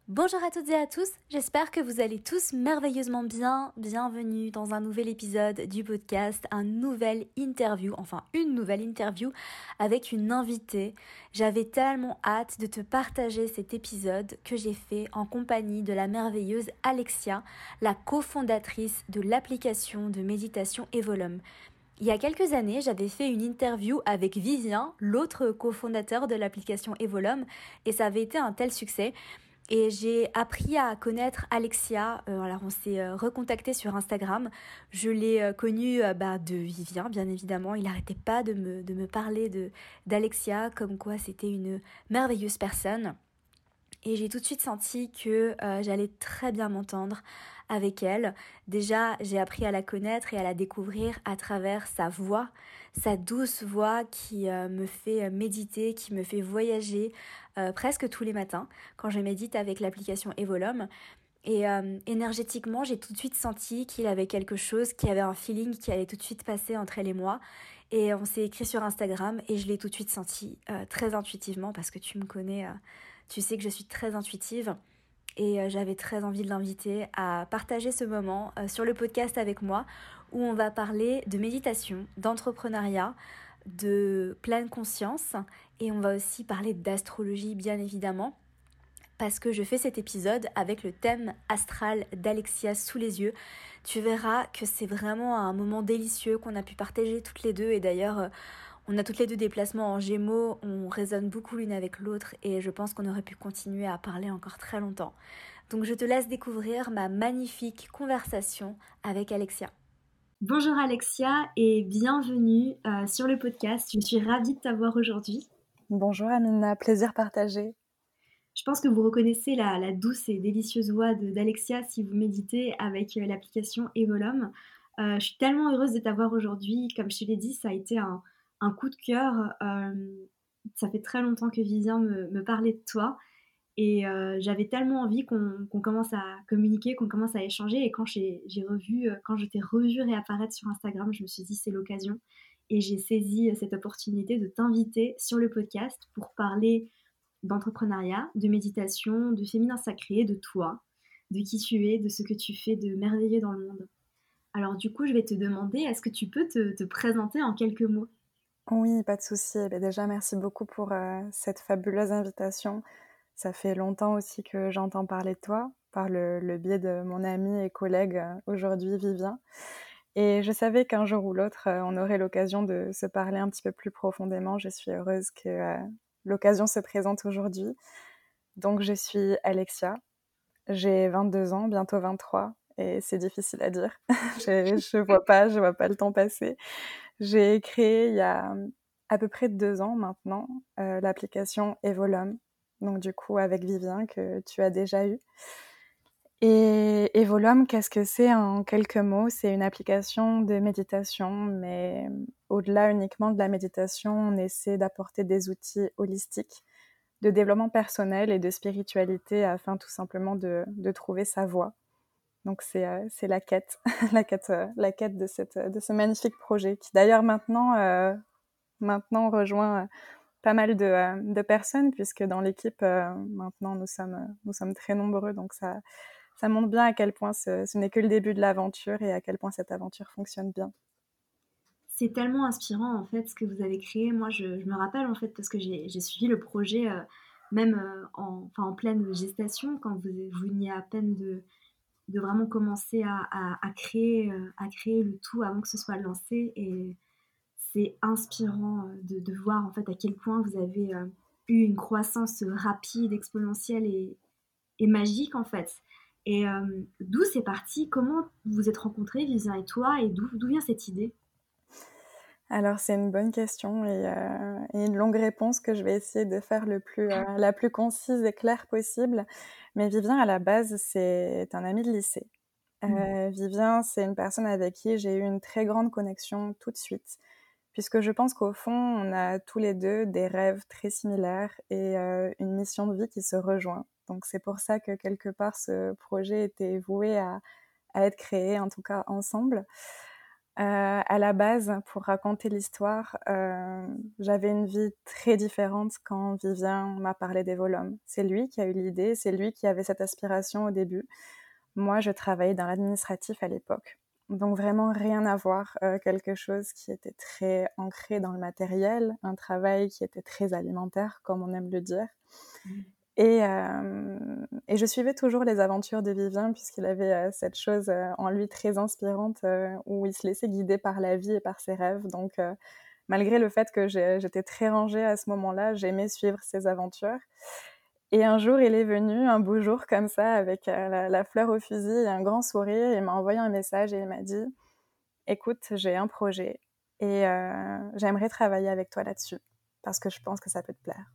Bonjour à toutes et à tous, j'espère que vous allez tous merveilleusement bien. Bienvenue dans un nouvel épisode du podcast, une nouvelle interview avec une invitée. J'avais tellement hâte de te partager cet épisode que j'ai fait en compagnie de la merveilleuse Alexia, la cofondatrice de l'application de méditation Evolum. Il y a quelques années, j'avais fait une interview avec Vivien, l'autre cofondateur de l'application Evolum, et ça avait été un tel succès. Et j'ai appris à connaître Alexia. Alors on s'est recontacté sur Instagram. Je l'ai connu de Vivien, bien évidemment. Il n'arrêtait pas de me parler d'Alexia, comme quoi c'était une merveilleuse personne. Et j'ai tout de suite senti que j'allais très bien m'entendre avec elle. Déjà, j'ai appris à la connaître et à la découvrir à travers sa voix, sa douce voix qui me fait méditer, qui me fait voyager presque tous les matins quand je médite avec l'application Evolum. Et énergétiquement, j'ai tout de suite senti qu'il avait quelque chose, qu'il y avait un feeling qui allait tout de suite passer entre elle et moi. Et on s'est écrit sur Instagram et je l'ai tout de suite senti très intuitivement parce que tu me connais, tu sais que je suis très intuitive. Et j'avais très envie de l'inviter à partager ce moment sur le podcast avec moi où on va parler de méditation, d'entrepreneuriat, de pleine conscience et on va aussi parler d'astrologie bien évidemment parce que je fais cet épisode avec le thème astral d'Alexia sous les yeux. Tu verras que c'est vraiment un moment délicieux qu'on a pu partager toutes les deux et d'ailleurs on a toutes les deux des placements en Gémeaux, on résonne beaucoup l'une avec l'autre et je pense qu'on aurait pu continuer à parler encore très longtemps. Donc je te laisse découvrir ma magnifique conversation avec Alexia. Bonjour Alexia et bienvenue sur le podcast. Je suis ravie de t'avoir aujourd'hui. Bonjour Amina, plaisir partagé. Je pense que vous reconnaissez la douce et délicieuse voix d'Alexia si vous méditez avec l'application Evolum. Je suis tellement heureuse de t'avoir aujourd'hui. Comme je te l'ai dit, ça a été un coup de cœur. Ça fait très longtemps que Vivien me parlait de toi. Et j'avais tellement envie qu'on commence à communiquer, qu'on commence à échanger. Et quand quand je t'ai revu réapparaître sur Instagram, je me suis dit c'est l'occasion. Et j'ai saisi cette opportunité de t'inviter sur le podcast pour parler d'entrepreneuriat, de méditation, de féminin sacré, de toi, de qui tu es, de ce que tu fais de merveilleux dans le monde. Alors du coup, je vais te demander, est-ce que tu peux te présenter en quelques mots? Oui, pas de souci. Déjà, merci beaucoup pour cette fabuleuse invitation. Ça fait longtemps aussi que j'entends parler de toi, par le biais de mon ami et collègue aujourd'hui, Vivien. Et je savais qu'un jour ou l'autre, on aurait l'occasion de se parler un petit peu plus profondément. Je suis heureuse que l'occasion se présente aujourd'hui. Donc, je suis Alexia. J'ai 22 ans, bientôt 23, et c'est difficile à dire. Je vois pas le temps passer. J'ai créé il y a à peu près 2 ans maintenant l'application Evolum, donc du coup avec Vivien que tu as déjà eu. Et Evolum, qu'est-ce que c'est en quelques mots? C'est une application de méditation, mais au-delà uniquement de la méditation, on essaie d'apporter des outils holistiques de développement personnel et de spiritualité afin tout simplement de trouver sa voie. Donc c'est la quête, la quête de ce magnifique projet qui d'ailleurs maintenant rejoint pas mal de personnes puisque dans l'équipe maintenant nous sommes très nombreux, donc ça montre bien à quel point ce n'est que le début de l'aventure et à quel point cette aventure fonctionne bien. C'est tellement inspirant en fait ce que vous avez créé. Moi, je me rappelle en fait parce que j'ai suivi le projet même en pleine gestation quand vous veniez à peine de vraiment commencer à créer le tout avant que ce soit lancé. Et c'est inspirant de voir en fait à quel point vous avez eu une croissance rapide, exponentielle et magique en fait. Et d'où c'est parti? Comment vous vous êtes rencontrés, Vivien et toi, et d'où vient cette idée? Alors c'est une bonne question et une longue réponse que je vais essayer de faire la plus concise et claire possible. Mais Vivien, à la base, c'est un ami de lycée. Vivien, c'est une personne avec qui j'ai eu une très grande connexion tout de suite, puisque je pense qu'au fond, on a tous les deux des rêves très similaires et une mission de vie qui se rejoint. Donc c'est pour ça que quelque part, ce projet était voué à être créé, en tout cas ensemble. À la base, pour raconter l'histoire, j'avais une vie très différente quand Vivien m'a parlé des Volomes. C'est lui qui a eu l'idée, c'est lui qui avait cette aspiration au début. Moi, je travaillais dans l'administratif à l'époque. Donc vraiment rien à voir, quelque chose qui était très ancré dans le matériel, un travail qui était très alimentaire, comme on aime le dire. Mmh. Et je suivais toujours les aventures de Vivien, puisqu'il avait cette chose en lui très inspirante, où il se laissait guider par la vie et par ses rêves. Donc, malgré le fait que j'étais très rangée à ce moment-là, j'aimais suivre ses aventures. Et un jour, il est venu, un beau jour comme ça, avec la fleur au fusil et un grand sourire. Il m'a envoyé un message et il m'a dit: «Écoute, j'ai un projet et j'aimerais travailler avec toi là-dessus, parce que je pense que ça peut te plaire.»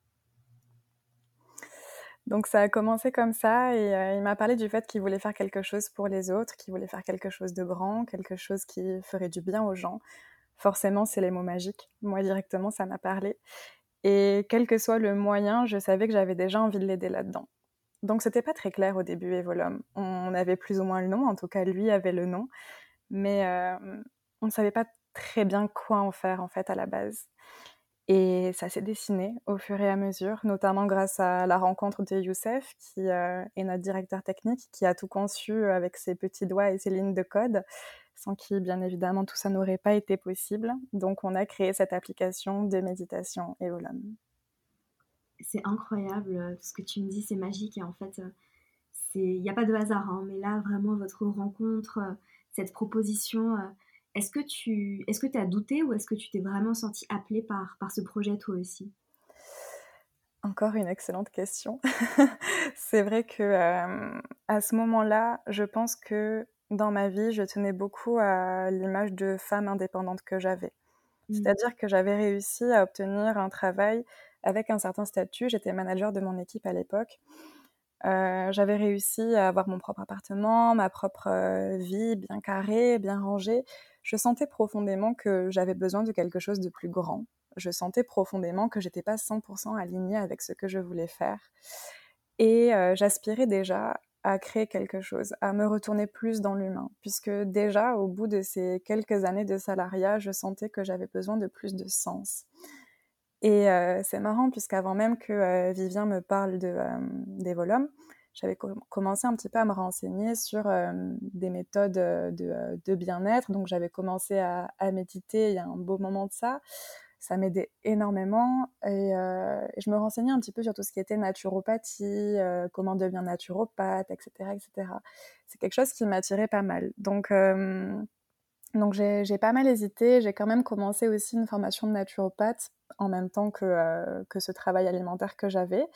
Donc ça a commencé comme ça et il m'a parlé du fait qu'il voulait faire quelque chose pour les autres, qu'il voulait faire quelque chose de grand, quelque chose qui ferait du bien aux gens. Forcément, c'est les mots magiques. Moi, directement, ça m'a parlé. Et quel que soit le moyen, je savais que j'avais déjà envie de l'aider là-dedans. Donc c'était pas très clair au début, Evolum. On avait plus ou moins le nom, en tout cas lui avait le nom, mais on ne savait pas très bien quoi en faire en fait à la base. Et ça s'est dessiné au fur et à mesure, notamment grâce à la rencontre de Youssef, qui est notre directeur technique, qui a tout conçu avec ses petits doigts et ses lignes de code, sans qui, bien évidemment, tout ça n'aurait pas été possible. Donc, on a créé cette application de méditation Eolam. C'est incroyable, ce que tu me dis, c'est magique et en fait, il n'y a pas de hasard, hein, mais là, vraiment, votre rencontre, cette proposition, est-ce que tu as douté ou est-ce que tu t'es vraiment senti appelée par ce projet toi aussi? Encore une excellente question. C'est vrai que à ce moment-là, je pense que dans ma vie, je tenais beaucoup à l'image de femme indépendante que j'avais. Mmh. C'est-à-dire que j'avais réussi à obtenir un travail avec un certain statut. J'étais manager de mon équipe à l'époque. J'avais réussi à avoir mon propre appartement, ma propre vie bien carrée, bien rangée. Je sentais profondément que j'avais besoin de quelque chose de plus grand. Je sentais profondément que j'étais pas 100% alignée avec ce que je voulais faire. Et j'aspirais déjà à créer quelque chose, à me retourner plus dans l'humain, puisque déjà, au bout de ces quelques années de salariat, je sentais que j'avais besoin de plus de sens. Et c'est marrant, puisqu'avant même que Vivien me parle des Volomes, j'avais commencé un petit peu à me renseigner sur des méthodes de bien-être. Donc j'avais commencé à méditer il y a un beau moment de ça. Ça m'aidait énormément et je me renseignais un petit peu sur tout ce qui était naturopathie, comment devenir naturopathe, etc., etc. C'est quelque chose qui m'attirait pas mal. Donc j'ai pas mal hésité. J'ai quand même commencé aussi une formation de naturopathe en même temps que ce travail alimentaire que j'avais.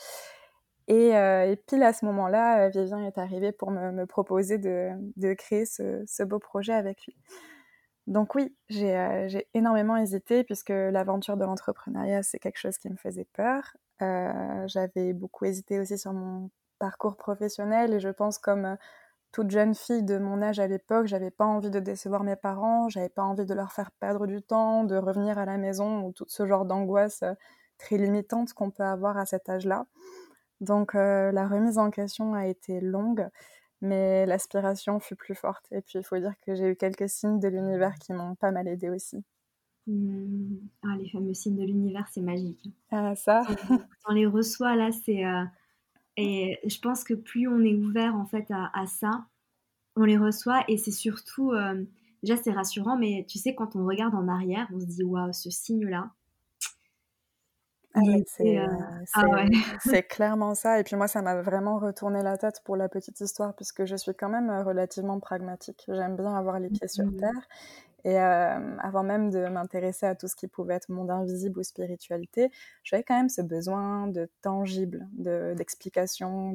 Et pile à ce moment-là, Vivien est arrivé pour me proposer de créer ce beau projet avec lui. Donc oui, j'ai énormément hésité puisque l'aventure de l'entrepreneuriat, c'est quelque chose qui me faisait peur. J'avais beaucoup hésité aussi sur mon parcours professionnel et je pense comme toute jeune fille de mon âge à l'époque, j'avais pas envie de décevoir mes parents, j'avais pas envie de leur faire perdre du temps, de revenir à la maison ou tout ce genre d'angoisse très limitante qu'on peut avoir à cet âge-là. Donc la remise en question a été longue, mais l'aspiration fut plus forte. Et puis il faut dire que j'ai eu quelques signes de l'univers qui m'ont pas mal aidée aussi. Mmh. Ah, les fameux signes de l'univers, c'est magique, hein. Ah ça, Quand on les reçoit là, et je pense que plus on est ouvert en fait à ça, on les reçoit et c'est surtout, déjà c'est rassurant, mais tu sais quand on regarde en arrière, on se dit: «Waouh, ce signe-là, ah il mais était, ah ouais». c'est clairement ça. Et puis moi, ça m'a vraiment retourné la tête pour la petite histoire, puisque je suis quand même relativement pragmatique. J'aime bien avoir les pieds sur Mmh. terre. Et avant même de m'intéresser à tout ce qui pouvait être monde invisible ou spiritualité, j'avais quand même ce besoin de tangible, d'explication,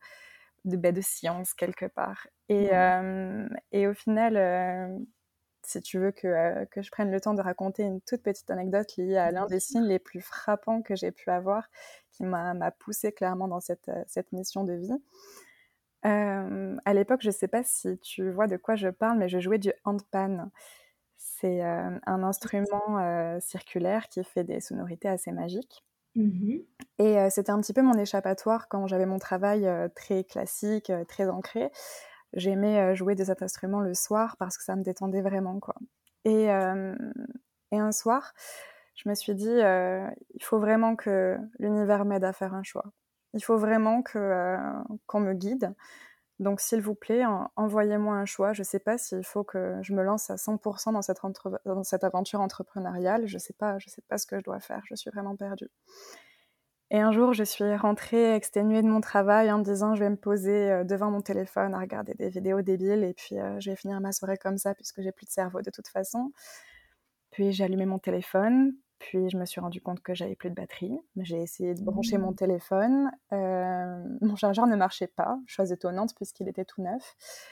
de science quelque part. Ouais. Et au final, si tu veux que je prenne le temps de raconter une toute petite anecdote liée à l'un Bien des sûr. signes les plus frappants que j'ai pu avoir, qui m'a poussée clairement dans cette mission de vie. À l'époque, je ne sais pas si tu vois de quoi je parle, mais je jouais du handpan. C'est un instrument circulaire qui fait des sonorités assez magiques. Mmh. Et c'était un petit peu mon échappatoire quand j'avais mon travail très classique, très ancré. J'aimais jouer de cet instrument le soir parce que ça me détendait vraiment, quoi. Et, et un soir, je me suis dit, il faut vraiment que l'univers m'aide à faire un choix. Il faut vraiment qu'on me guide. Donc, s'il vous plaît, envoyez-moi un choix. Je ne sais pas s'il faut que je me lance à 100% dans cette aventure entrepreneuriale. Je sais pas ce que je dois faire. Je suis vraiment perdue. Et un jour, je suis rentrée exténuée de mon travail en me disant je vais me poser devant mon téléphone à regarder des vidéos débiles et puis je vais finir ma soirée comme ça puisque j'ai plus de cerveau de toute façon. Puis j'ai allumé mon téléphone, puis je me suis rendu compte que j'avais plus de batterie. J'ai essayé de brancher mon téléphone, mon chargeur ne marchait pas, chose étonnante puisqu'il était tout neuf.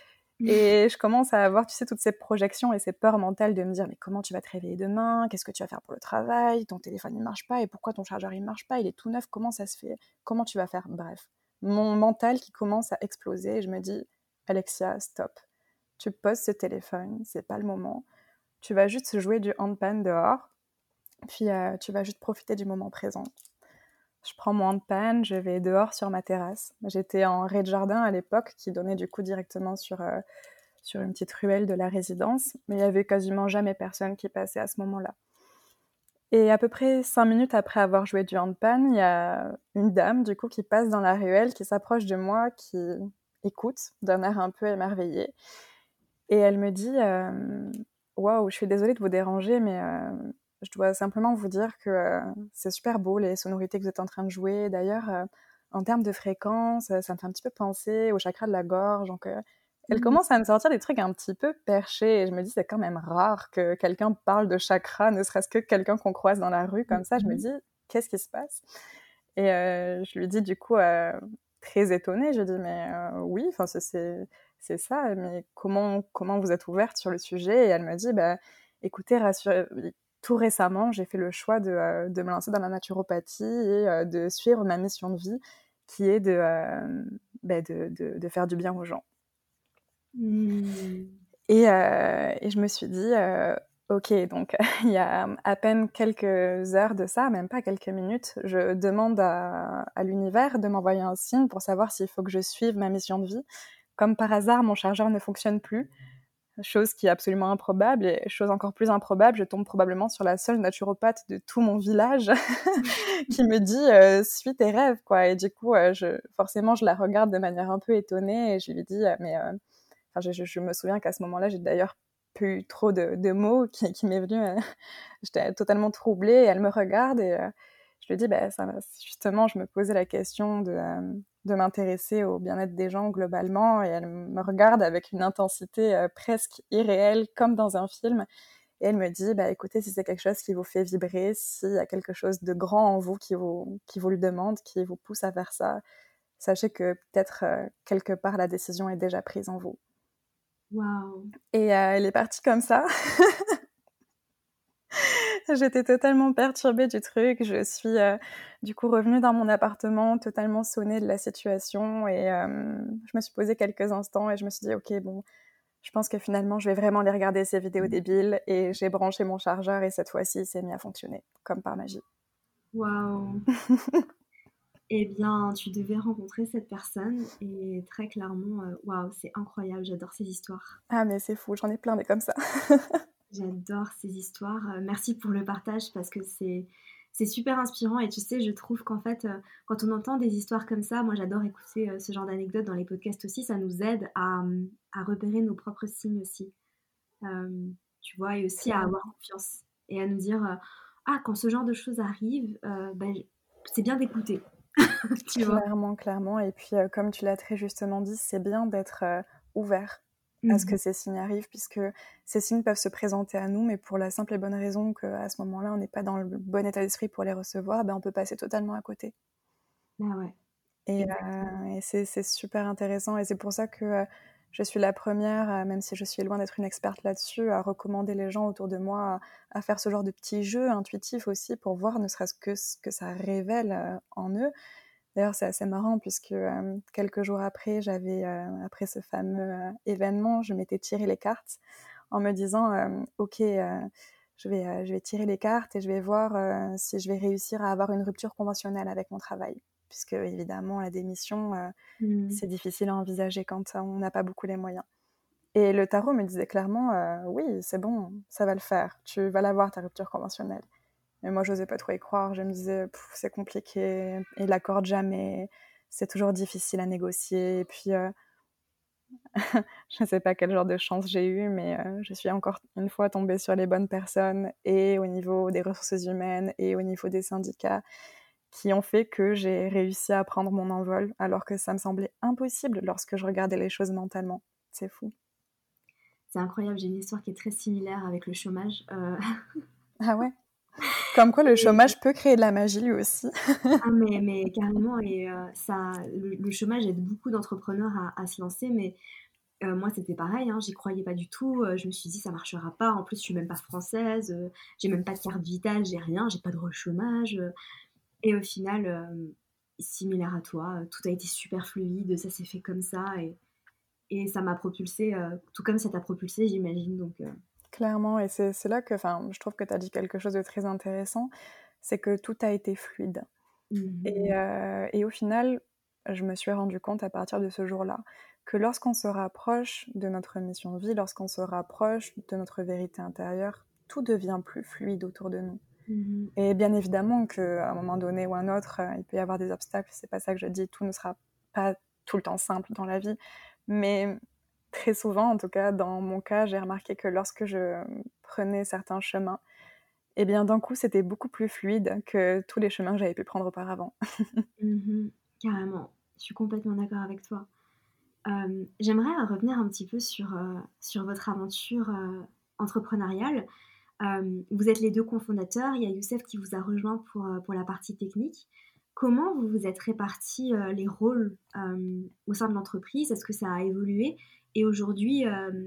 Et je commence à avoir, tu sais, toutes ces projections et ces peurs mentales de me dire mais comment tu vas te réveiller demain? Qu'est-ce que tu vas faire pour le travail? Ton téléphone il marche pas et pourquoi ton chargeur il marche pas? Il est tout neuf, comment ça se fait? Comment tu vas faire? Bref, mon mental qui commence à exploser et je me dis Alexia, stop. Tu poses ce téléphone, c'est pas le moment. Tu vas juste jouer du handpan dehors, puis tu vas juste profiter du moment présent. Je prends mon handpan, je vais dehors sur ma terrasse. J'étais en rez-de-jardin à l'époque, qui donnait du coup directement sur une petite ruelle de la résidence, mais il y avait quasiment jamais personne qui passait à ce moment-là. Et à peu près 5 minutes après avoir joué du handpan, il y a une dame du coup qui passe dans la ruelle, qui s'approche de moi, qui écoute d'un air un peu émerveillé. Et elle me dit waouh, je suis désolée de vous déranger, mais je dois simplement vous dire que c'est super beau les sonorités que vous êtes en train de jouer. D'ailleurs, en termes de fréquence, ça me fait un petit peu penser au chakra de la gorge. Donc, elle commence à me sortir des trucs un petit peu perchés. Et je me dis, c'est quand même rare que quelqu'un parle de chakra, ne serait-ce que quelqu'un qu'on croise dans la rue comme ça. Je me dis, qu'est-ce qui se passe? Et je lui dis du coup, très étonnée, je lui dis, mais oui, c'est ça, mais comment vous êtes ouverte sur le sujet? Et elle me dit, bah, écoutez, tout récemment, j'ai fait le choix de me lancer dans la naturopathie et de suivre ma mission de vie, qui est de faire du bien aux gens. Et je me suis dit, ok, donc il y a à peine quelques heures de ça, même pas quelques minutes, je demande à l'univers de m'envoyer un signe pour savoir s'il faut que je suive ma mission de vie. Comme par hasard, mon chargeur ne fonctionne plus, chose qui est absolument improbable, et chose encore plus improbable, je tombe probablement sur la seule naturopathe de tout mon village qui me dit suis tes rêves, quoi. Et du coup, forcément, je la regarde de manière un peu étonnée et je lui dis Enfin, je me souviens qu'à ce moment-là, j'ai d'ailleurs plus eu trop de mots qui m'est venu. J'étais totalement troublée et elle me regarde et je lui dis, bah, justement, je me posais la question de m'intéresser au bien-être des gens globalement et elle me regarde avec une intensité presque irréelle, comme dans un film. Et elle me dit, bah, écoutez, si c'est quelque chose qui vous fait vibrer, s'il y a quelque chose de grand en vous qui vous le demande, qui vous pousse à faire ça, sachez que peut-être quelque part la décision est déjà prise en vous. Waouh. Et elle est partie comme ça. J'étais totalement perturbée du truc. Je suis du coup revenue dans mon appartement totalement sonnée de la situation et je me suis posée quelques instants et je me suis dit ok, bon, je pense que finalement je vais vraiment aller regarder ces vidéos débiles, et j'ai branché mon chargeur et cette fois-ci il s'est mis à fonctionner comme par magie. Waouh. Eh bien, tu devais rencontrer cette personne et très clairement, waouh, c'est incroyable, j'adore ces histoires. Ah mais c'est fou, j'en ai plein des comme ça. J'adore ces histoires. Merci pour le partage parce que c'est super inspirant et tu sais, je trouve qu'en fait, quand on entend des histoires comme ça, moi j'adore écouter, ce genre d'anecdotes dans les podcasts aussi, ça nous aide à repérer nos propres signes aussi. Tu vois? Et aussi à Clairement. avoir confiance et à nous dire, «Ah, quand ce genre de choses arrive, bah, c'est bien d'écouter». Tu vois? Clairement, clairement. Et puis, comme tu l'as très justement dit, c'est bien d'être ouvert à ce Mmh. que ces signes arrivent, puisque ces signes peuvent se présenter à nous, mais pour la simple et bonne raison qu'à ce moment-là, on n'est pas dans le bon état d'esprit pour les recevoir, ben, on peut passer totalement à côté. Ah ouais, Et, exactement. c'est super intéressant. Et c'est pour ça que je suis la première, même si je suis loin d'être une experte là-dessus, à recommander les gens autour de moi à faire ce genre de petits jeux intuitifs aussi pour voir ne serait-ce que ce que ça révèle en eux. D'ailleurs, c'est assez marrant puisque quelques jours après, après ce fameux événement, je m'étais tiré les cartes en me disant ok, je vais tirer les cartes et je vais voir si je vais réussir à avoir une rupture conventionnelle avec mon travail. Puisque évidemment, la démission, Mmh. c'est difficile à envisager quand on n'a pas beaucoup les moyens. Et le tarot me disait clairement, oui, c'est bon, ça va le faire, tu vas l'avoir ta rupture conventionnelle. Mais moi, j'osais pas trop y croire, je me disais, c'est compliqué, il accorde jamais, c'est toujours difficile à négocier, et puis je ne sais pas quel genre de chance j'ai eu, mais je suis encore une fois tombée sur les bonnes personnes, et au niveau des ressources humaines, et au niveau des syndicats, qui ont fait que j'ai réussi à prendre mon envol, alors que ça me semblait impossible lorsque je regardais les choses mentalement. C'est fou. C'est incroyable, j'ai une histoire qui est très similaire avec le chômage. Ah ouais? Comme quoi le Et chômage peut créer de la magie lui aussi. ah mais carrément et ça le chômage aide beaucoup d'entrepreneurs à se lancer, mais moi c'était pareil, hein, j'y croyais pas du tout, je me suis dit: «Ça marchera pas, en plus je suis même pas française, j'ai même pas de carte vitale, j'ai rien, j'ai pas de droit au chômage», et au final, similaire à toi, tout a été super fluide, ça s'est fait comme ça et ça m'a propulsée, tout comme ça t'a propulsée j'imagine donc Clairement, et c'est là que, enfin, je trouve que tu as dit quelque chose de très intéressant, c'est que tout a été fluide. mmh Et au final, je me suis rendu compte à partir de ce jour-là que lorsqu'on se rapproche de notre mission de vie, lorsqu'on se rapproche de notre vérité intérieure, tout devient plus fluide autour de nous. mh. Et bien évidemment qu'à un moment donné ou un autre, il peut y avoir des obstacles, c'est pas ça que je dis, tout ne sera pas tout le temps simple dans la vie. Mais très souvent, en tout cas dans mon cas, j'ai remarqué que lorsque je prenais certains chemins, eh bien d'un coup c'était beaucoup plus fluide que tous les chemins que j'avais pu prendre auparavant. Mmh. Carrément, je suis complètement d'accord avec toi. J'aimerais revenir un petit peu sur votre aventure, entrepreneuriale. Vous êtes les 2 cofondateurs, il y a Youssef qui vous a rejoint pour la partie technique. Comment vous vous êtes répartis, les rôles, au sein de l'entreprise? Est-ce que ça a évolué? Et aujourd'hui,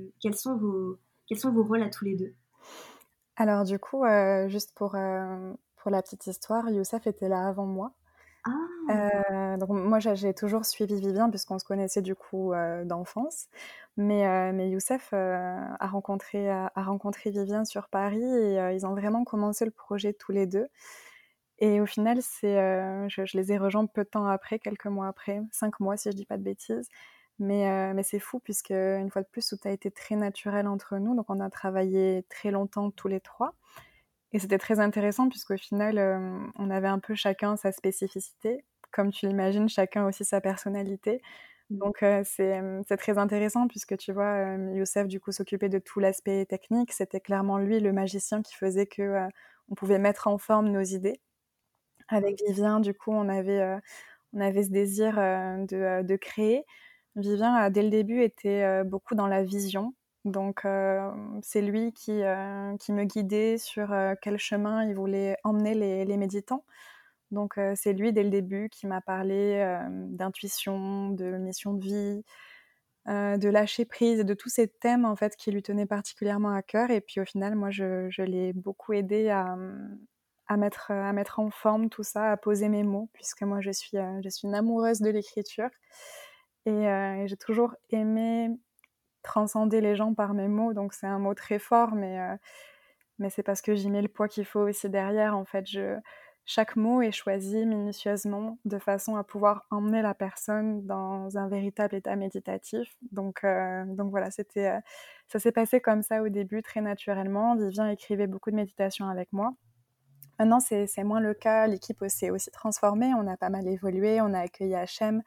quels sont vos rôles à tous les 2? Alors du coup, juste pour la petite histoire, Youssef était là avant moi. Ah d'accord. Donc moi j'ai toujours suivi Vivien puisqu'on se connaissait du coup, d'enfance. Mais Youssef, a rencontré Vivien sur Paris, et ils ont vraiment commencé le projet tous les 2. Et au final, je les ai rejoints peu de temps après, quelques mois après, 5 mois si je dis pas de bêtises. Mais c'est fou puisque une fois de plus, tout a été très naturel entre nous, donc on a travaillé très longtemps tous les 3. Et c'était très intéressant puisqu'au final, on avait un peu chacun sa spécificité. Comme tu l'imagines, chacun aussi sa personnalité. Mmh. Donc c'est très intéressant puisque tu vois, Youssef du coup s'occupait de tout l'aspect technique. C'était clairement lui le magicien qui faisait que, on pouvait mettre en forme nos idées. Avec Vivien, du coup, on avait ce désir, de créer. Vivien a dès le début été, beaucoup dans la vision. Donc c'est lui qui me guidait sur, quel chemin il voulait emmener les méditants. Donc c'est lui dès le début qui m'a parlé, d'intuition, de mission de vie, de lâcher prise, et de tous ces thèmes en fait qui lui tenaient particulièrement à cœur. Et puis au final, moi je l'ai beaucoup aidé à mettre en forme tout ça, à poser mes mots, puisque moi je suis une amoureuse de l'écriture, et j'ai toujours aimé transcender les gens par mes mots. Donc c'est un mot très fort, mais c'est parce que j'y mets le poids qu'il faut aussi derrière. En fait, chaque mot est choisi minutieusement de façon à pouvoir emmener la personne dans un véritable état méditatif. Donc voilà, ça s'est passé comme ça au début, très naturellement. Vivien écrivait beaucoup de méditations avec moi. Maintenant, c'est moins le cas. L'équipe s'est aussi transformée. On a pas mal évolué. On a accueilli Hachem,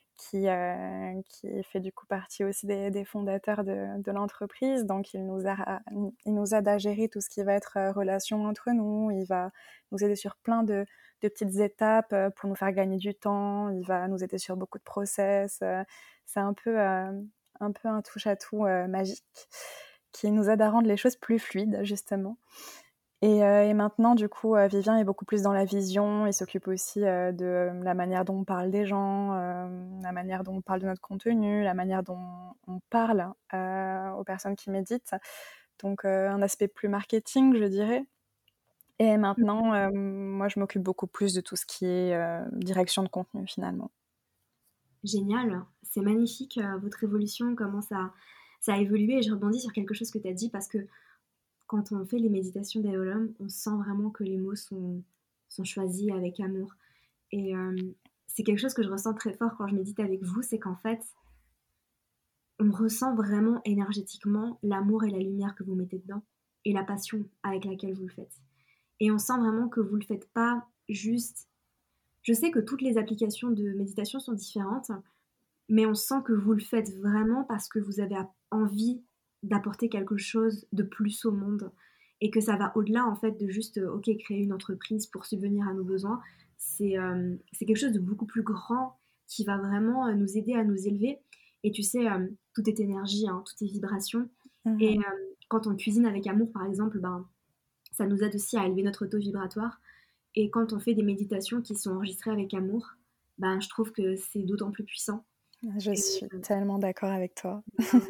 qui fait du coup partie aussi des fondateurs de l'entreprise. Donc il nous aide à gérer tout ce qui va être relation entre nous. Il va nous aider sur plein de petites étapes pour nous faire gagner du temps. Il va nous aider sur beaucoup de process. C'est un peu un touche-à-tout magique qui nous aide à rendre les choses plus fluides, justement. Et maintenant, du coup, Vivien est beaucoup plus dans la vision. Il s'occupe aussi de la manière dont on parle des gens, la manière dont on parle de notre contenu, la manière dont on parle aux personnes qui méditent. Donc, un aspect plus marketing, je dirais. Et maintenant, moi, je m'occupe beaucoup plus de tout ce qui est direction de contenu, finalement. Génial, c'est magnifique, votre évolution, comment ça a évolué et je rebondis sur quelque chose que tu as dit parce que quand on fait les méditations d'Aeolum, on sent vraiment que les mots sont choisis avec amour et c'est quelque chose que je ressens très fort quand je médite avec vous, c'est qu'en fait, on ressent vraiment énergétiquement l'amour et la lumière que vous mettez dedans et la passion avec laquelle vous le faites. Et on sent vraiment que vous le faites pas juste. Je sais que toutes les applications de méditation sont différentes, mais on sent que vous le faites vraiment parce que vous avez envie d'apporter quelque chose de plus au monde et que ça va au-delà en fait de juste OK, créer une entreprise pour subvenir à nos besoins. C'est quelque chose de beaucoup plus grand qui va vraiment nous aider à nous élever. Et tu sais, tout est énergie, hein, tout est vibration. Et Mhm. quand on cuisine avec amour, par exemple, ben, ça nous aide aussi à élever notre taux vibratoire. Et quand on fait des méditations qui sont enregistrées avec amour, ben, je trouve que c'est d'autant plus puissant. Je Et suis tellement d'accord avec toi. ben,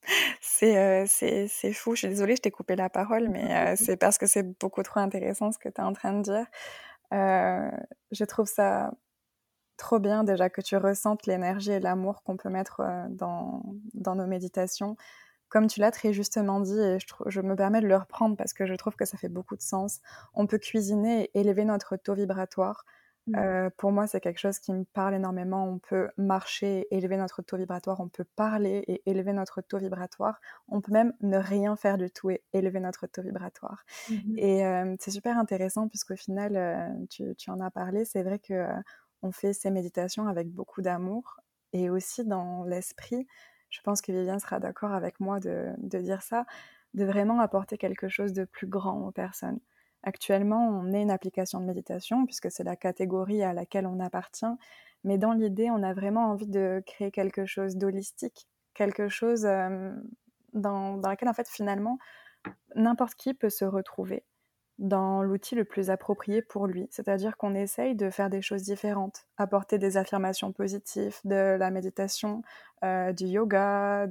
C'est fou. Je suis désolée, je t'ai coupé la parole, mais c'est parce que c'est beaucoup trop intéressant ce que tu es en train de dire. Euh, je trouve ça trop bien déjà que tu ressentes l'énergie et l'amour qu'on peut mettre dans nos méditations. Comme tu l'as très justement dit, et je me permets de le reprendre parce que je trouve que ça fait beaucoup de sens. On peut cuisiner et élever notre taux vibratoire. mm, Pour moi, c'est quelque chose qui me parle énormément. On peut marcher, élever notre taux vibratoire. On peut parler et élever notre taux vibratoire. On peut même ne rien faire du tout et élever notre taux vibratoire. mhm, Et c'est super intéressant puisqu'au final, tu en as parlé. C'est vrai que on fait ces méditations avec beaucoup d'amour et aussi dans l'esprit. Je pense que Viviane sera d'accord avec moi de dire ça, de vraiment apporter quelque chose de plus grand aux personnes. Actuellement, on est une application de méditation puisque c'est la catégorie à laquelle on appartient, mais dans l'idée, on a vraiment envie de créer quelque chose d'holistique, quelque chose dans lequel, en fait, finalement, n'importe qui peut se retrouver dans l'outil le plus approprié pour lui. C'est-à-dire qu'on essaye de faire des choses différentes, apporter des affirmations positives, de la méditation, du yoga,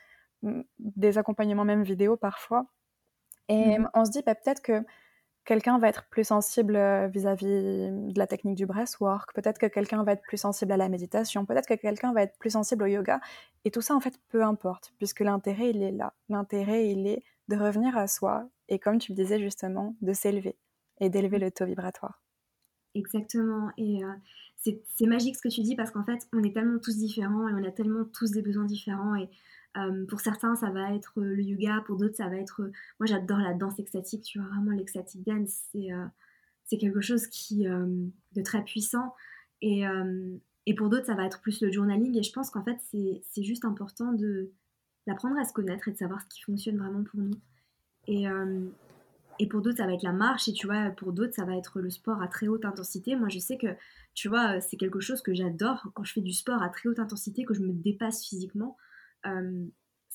des accompagnements même vidéo parfois. Et mhm. on se dit bah, peut-être que quelqu'un va être plus sensible vis-à-vis de la technique du breathwork, peut-être que quelqu'un va être plus sensible à la méditation, peut-être que quelqu'un va être plus sensible au yoga. Et tout ça, en fait, peu importe, puisque l'intérêt, il est là. L'intérêt, il est de revenir à soi et, comme tu le disais justement, de s'élever et d'élever le taux vibratoire. Exactement. Et c'est magique ce que tu dis parce qu'en fait, on est tellement tous différents et on a tellement tous des besoins différents. Et pour certains, ça va être le yoga, pour d'autres, ça va être. Moi, j'adore la danse extatique, tu vois, vraiment l'extatic dance. C'est quelque chose de très puissant. Et, euh, et pour d'autres, ça va être plus le journaling. Et je pense qu'en fait, c'est juste important d'apprendre à se connaître et de savoir ce qui fonctionne vraiment pour nous. Et, euh, et pour d'autres, ça va être la marche. Et tu vois, pour d'autres, ça va être le sport à très haute intensité. Moi, je sais que, tu vois, c'est quelque chose que j'adore quand je fais du sport à très haute intensité, que je me dépasse physiquement. Euh,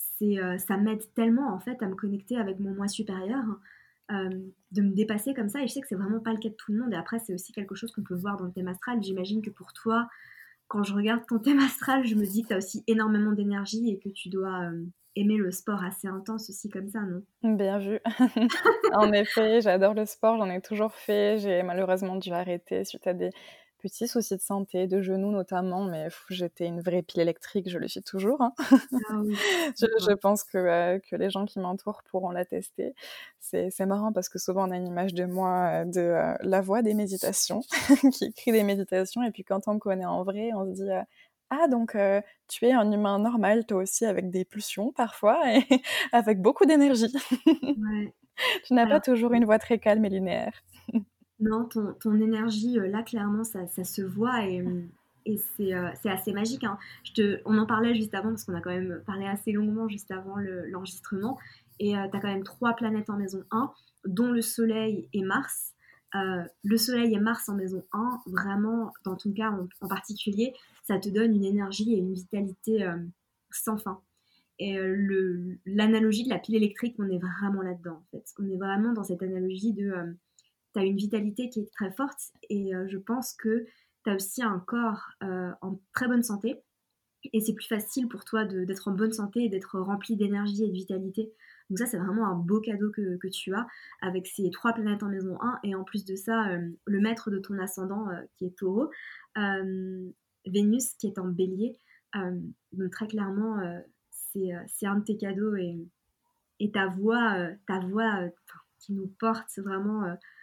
Ça m'aide tellement, en fait, à me connecter avec mon moi supérieur, de me dépasser comme ça. Et je sais que c'est vraiment pas le cas de tout le monde. Et après, c'est aussi quelque chose qu'on peut voir dans le thème astral. J'imagine que pour toi, quand je regarde ton thème astral, je me dis que tu as aussi énormément d'énergie et que tu dois aimer le sport assez intense aussi comme ça, non? Bien vu. En effet, j'adore le sport, j'en ai toujours fait. J'ai malheureusement dû arrêter suite à des petits soucis de santé, de genoux notamment, mais j'étais une vraie pile électrique, je le suis toujours, hein. Ah oui, je Je vois. pense que les gens qui m'entourent pourront l'attester. C'est marrant parce que souvent on a une image de moi, de la voix des méditations, qui écrit des méditations, et puis quand on me connaît en vrai, on se dit ah, donc tu es un humain normal, toi aussi, avec des pulsions parfois, et avec beaucoup d'énergie. Ouais. Tu n'as pas Alors, toujours une voix très calme et linéaire. non, ton énergie, là, clairement, ça se voit et c'est assez magique, hein. On en parlait juste avant, parce qu'on a quand même parlé assez longuement juste avant l'enregistrement. Et tu as quand même trois planètes en maison 1, dont le Soleil et Mars. Le Soleil et Mars en maison 1, vraiment, dans ton cas en particulier, ça te donne une énergie et une vitalité sans fin. Et l'analogie de la pile électrique, on est vraiment là-dedans, en fait. On est vraiment dans cette analogie de tu as une vitalité qui est très forte et je pense que tu as aussi un corps en très bonne santé et c'est plus facile pour toi d'être en bonne santé et d'être rempli d'énergie et de vitalité. Donc ça, c'est vraiment un beau cadeau que tu as avec ces trois planètes en maison 1 et en plus de ça, le maître de ton ascendant qui est taureau, euh, Vénus qui est en bélier. Donc très clairement, c'est un de tes cadeaux et ta voix qui nous porte, c'est vraiment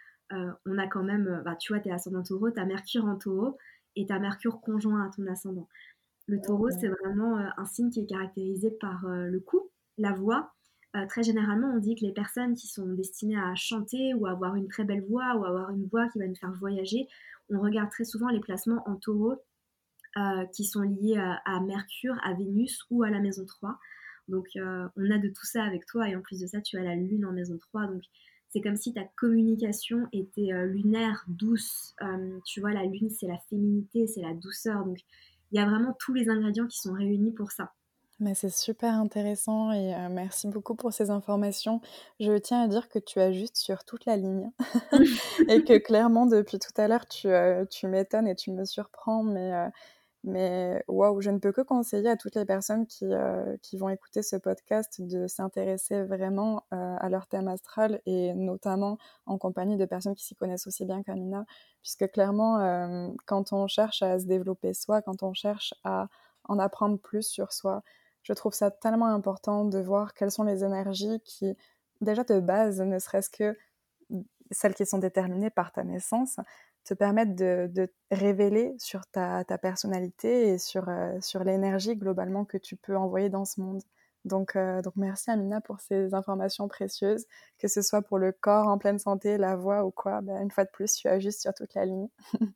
on a quand même, bah, tu vois, t'es ascendant taureau, t'as Mercure en taureau et t'as Mercure conjoint à ton ascendant. Le taureau, c'est vraiment un signe qui est caractérisé par le cou, la voix. Très généralement, on dit que les personnes qui sont destinées à chanter ou à avoir une très belle voix ou à avoir une voix qui va nous faire voyager, on regarde très souvent les placements en taureau qui sont liés à Mercure, à Vénus ou à la maison 3. Donc, on a de tout ça avec toi. Et en plus de ça, tu as la lune en maison 3. Donc, c'est comme si ta communication était lunaire, douce. Tu vois, la lune, c'est la féminité, c'est la douceur. Donc, il y a vraiment tous les ingrédients qui sont réunis pour ça. Mais c'est super intéressant et merci beaucoup pour ces informations. Je tiens à dire que tu as juste sur toute la ligne et que clairement depuis tout à l'heure tu m'étonnes et tu me surprends, mais waouh, je ne peux que conseiller à toutes les personnes qui vont écouter ce podcast de s'intéresser vraiment à leur thème astral et notamment en compagnie de personnes qui s'y connaissent aussi bien qu'Amina, puisque clairement, quand on cherche à se développer soi, quand on cherche à en apprendre plus sur soi, je trouve ça tellement important de voir quelles sont les énergies qui, déjà de base, ne serait-ce que celles qui sont déterminées par ta naissance, te permettent de révéler sur ta personnalité et sur l'énergie globalement que tu peux envoyer dans ce monde. Donc merci Amina pour ces informations précieuses, que ce soit pour le corps en pleine santé, la voix ou quoi, ben, une fois de plus, tu as juste sur toute la ligne.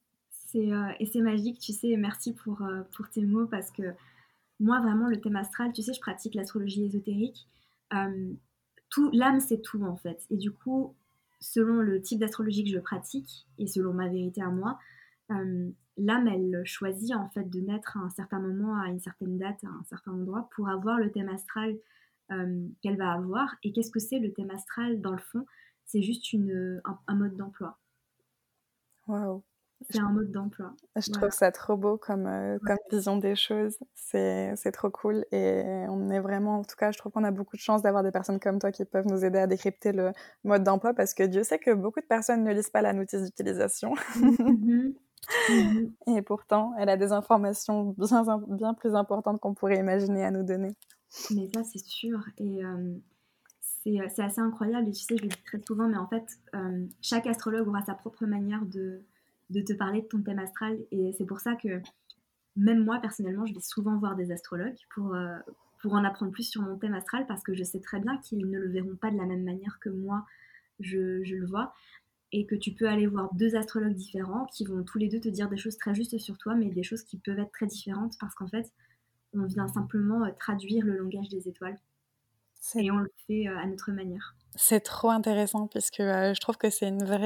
Et c'est magique, tu sais, et merci pour tes mots parce que moi, vraiment, le thème astral, tu sais, je pratique l'astrologie ésotérique. Euh, L'âme, c'est tout, en fait. Et du coup, selon le type d'astrologie que je pratique, et selon ma vérité à moi, l'âme, elle choisit, en fait, de naître à un certain moment, à une certaine date, à un certain endroit, pour avoir le thème astral qu'elle va avoir. Et qu'est-ce que c'est le thème astral, dans le fond? C'est juste un mode d'emploi. Waouh! C'est un mode d'emploi. Je trouve Voilà. ça trop beau comme, Ouais. comme vision des choses. C'est trop cool et on est vraiment, en tout cas, je trouve qu'on a beaucoup de chance d'avoir des personnes comme toi qui peuvent nous aider à décrypter le mode d'emploi parce que Dieu sait que beaucoup de personnes ne lisent pas la notice d'utilisation. Mhm. Mhm. Et pourtant, elle a des informations bien plus importantes qu'on pourrait imaginer à nous donner. Mais ça, c'est sûr. Et c'est assez incroyable. Et tu sais, je le dis très souvent, mais en fait, chaque astrologue aura sa propre manière de te parler de ton thème astral. Et c'est pour ça que même moi, personnellement, je vais souvent voir des astrologues pour en apprendre plus sur mon thème astral parce que je sais très bien qu'ils ne le verront pas de la même manière que moi, je le vois. Et que tu peux aller voir deux astrologues différents qui vont tous les deux te dire des choses très justes sur toi, mais des choses qui peuvent être très différentes parce qu'en fait, on vient simplement traduire le langage des étoiles C'est et on le fait à notre manière. c'est trop intéressant puisque je trouve que c'est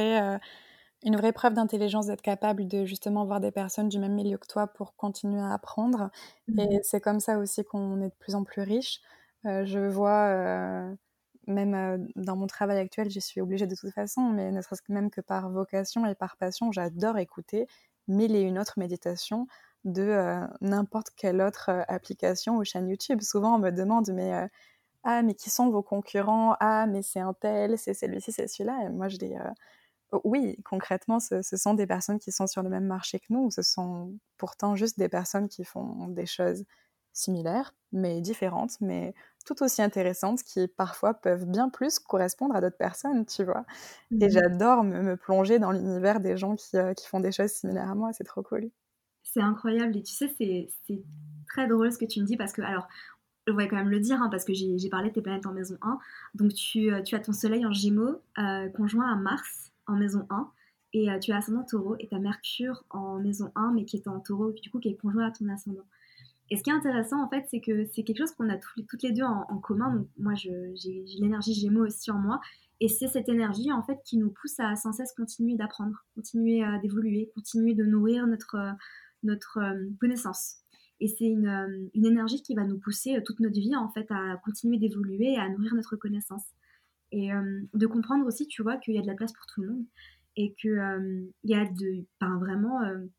une vraie preuve d'intelligence d'être capable de justement voir des personnes du même milieu que toi pour continuer à apprendre. Et Mhm. c'est comme ça aussi qu'on est de plus en plus riche. Je vois, même dans mon travail actuel, j'y suis obligée de toute façon, mais ne serait-ce que même que par vocation et par passion, j'adore écouter mille et une autres méditations de n'importe quelle autre application ou chaîne YouTube. Souvent, on me demande, ah, mais qui sont vos concurrents? Ah, mais c'est un tel, c'est celui-ci, c'est celui-là. Et moi, je dis, oui, concrètement, ce sont des personnes qui sont sur le même marché que nous. Ce sont pourtant juste des personnes qui font des choses similaires, mais différentes, mais tout aussi intéressantes, qui parfois peuvent bien plus correspondre à d'autres personnes, tu vois. Et Mhm. j'adore me plonger dans l'univers des gens qui font des choses similaires à moi, c'est trop cool. C'est incroyable et tu sais, c'est très drôle ce que tu me dis parce que, alors, je voudrais quand même le dire hein, parce que j'ai parlé de tes planètes en maison 1. Donc, tu as ton soleil en gémeaux conjoint à Mars en maison 1 et tu as ascendant taureau et tu as Mercure en maison 1 mais qui est en taureau, du coup, qui est conjoint à ton ascendant. Et ce qui est intéressant, en fait, c'est que c'est quelque chose qu'on a toutes les deux en commun. Donc, moi, j'ai l'énergie Gémeaux aussi en moi. Et c'est cette énergie, en fait, qui nous pousse à sans cesse continuer d'apprendre, continuer d'évoluer, continuer de nourrir notre connaissance. Et c'est une énergie qui va nous pousser toute notre vie, en fait, à continuer d'évoluer et à nourrir notre connaissance. Et de comprendre aussi, tu vois, qu'il y a de la place pour tout le monde. Et qu'il y a ben, vraiment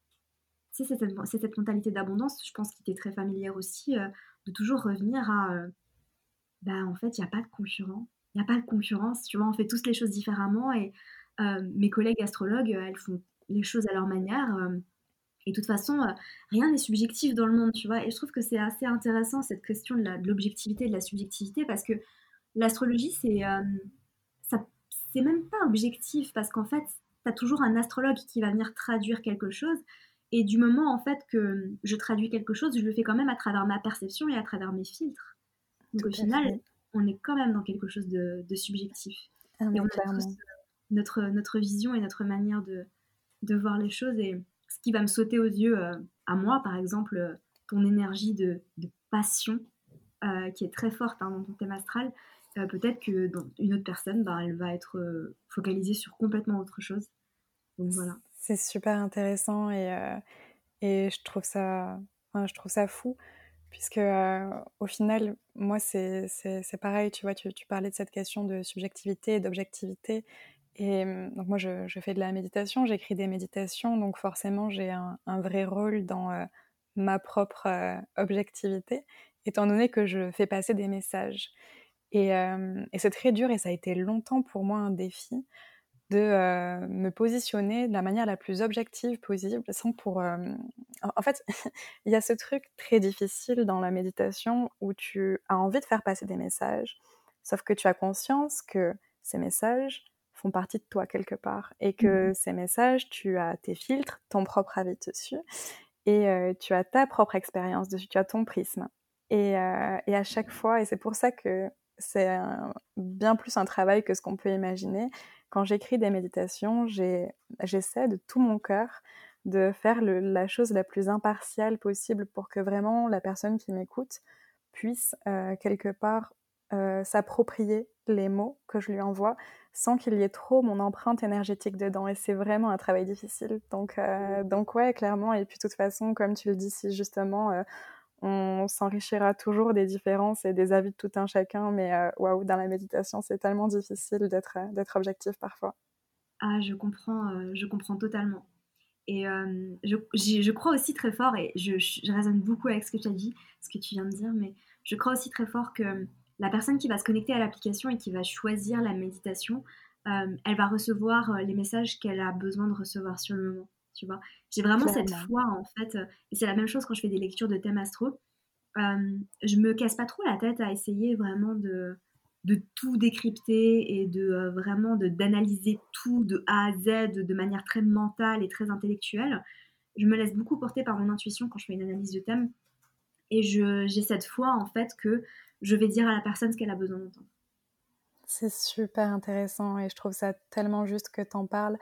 c'est cette mentalité d'abondance, je pense, qui t'est très familière aussi, de toujours revenir à, bah, en fait, il n'y a pas de concurrent. Il n'y a pas de concurrence, tu vois, on fait tous les choses différemment et mes collègues astrologues, elles font les choses à leur manière. Et de toute façon, rien n'est subjectif dans le monde, tu vois. Et je trouve que c'est assez intéressant cette question de l'objectivité et de la subjectivité parce que l'astrologie, ça, c'est même pas objectif parce qu'en fait, tu as toujours un astrologue qui va venir traduire quelque chose Et du moment en fait que je traduis quelque chose, je le fais quand même à travers ma perception et à travers mes filtres. Donc Tout au à final, fait. on est quand même dans quelque chose de subjectif. Ah Et on mais a tous clairement. notre vision et notre manière de voir les choses. Et ce qui va me sauter aux yeux, à moi, par exemple, ton énergie de passion, qui est très forte dans ton thème astral, peut-être que dans une autre personne, bah, elle va être focalisée sur complètement autre chose. Donc voilà. C'est super intéressant et je trouve ça fou puisque, au final, moi, c'est pareil, tu vois? Tu parlais de cette question de subjectivité et d'objectivité et donc moi, je fais de la méditation, j'écris des méditations, donc forcément, j'ai un vrai rôle dans, ma propre, objectivité, étant donné que je fais passer des messages et c'est très dur et ça a été longtemps pour moi un défi de, me positionner de la manière la plus objective possible sans pour, en fait, il y a ce truc très difficile dans la méditation où tu as envie de faire passer des messages, sauf que tu as conscience que ces messages font partie de toi quelque part et que Mmh. ces messages, tu as tes filtres, ton propre avis dessus et tu as ta propre expérience dessus, tu as ton prisme et à chaque fois et c'est pour ça que c'est bien plus un travail que ce qu'on peut imaginer. Quand j'écris des méditations, j'essaie de tout mon cœur de faire la chose la plus impartiale possible pour que vraiment la personne qui m'écoute puisse quelque part s'approprier les mots que je lui envoie sans qu'il y ait trop mon empreinte énergétique dedans et c'est vraiment un travail difficile. Donc ouais, clairement et puis de toute façon, comme tu le dis si justement, on s'enrichira toujours des différences et des avis de tout un chacun mais waouh, dans la méditation, c'est tellement difficile d'être objectif parfois. Ah, je comprends totalement. Et je crois aussi très fort, et je résonne beaucoup avec ce que tu as dit, ce que tu viens de dire, mais je crois aussi très fort que la personne qui va se connecter à l'application et qui va choisir la méditation, elle va recevoir les messages qu'elle a besoin de recevoir sur le moment. Tu vois, j'ai vraiment cette Clairement. foi en fait, et c'est la même chose quand je fais des lectures de thèmes astro. Je me casse pas trop la tête à essayer vraiment de tout décrypter et vraiment d'analyser tout de A à Z de manière très mentale et très intellectuelle. Je me laisse beaucoup porter par mon intuition quand je fais une analyse de thème, et j'ai cette foi en fait que je vais dire à la personne ce qu'elle a besoin d'entendre. C'est super intéressant et je trouve ça tellement juste que tu en parles.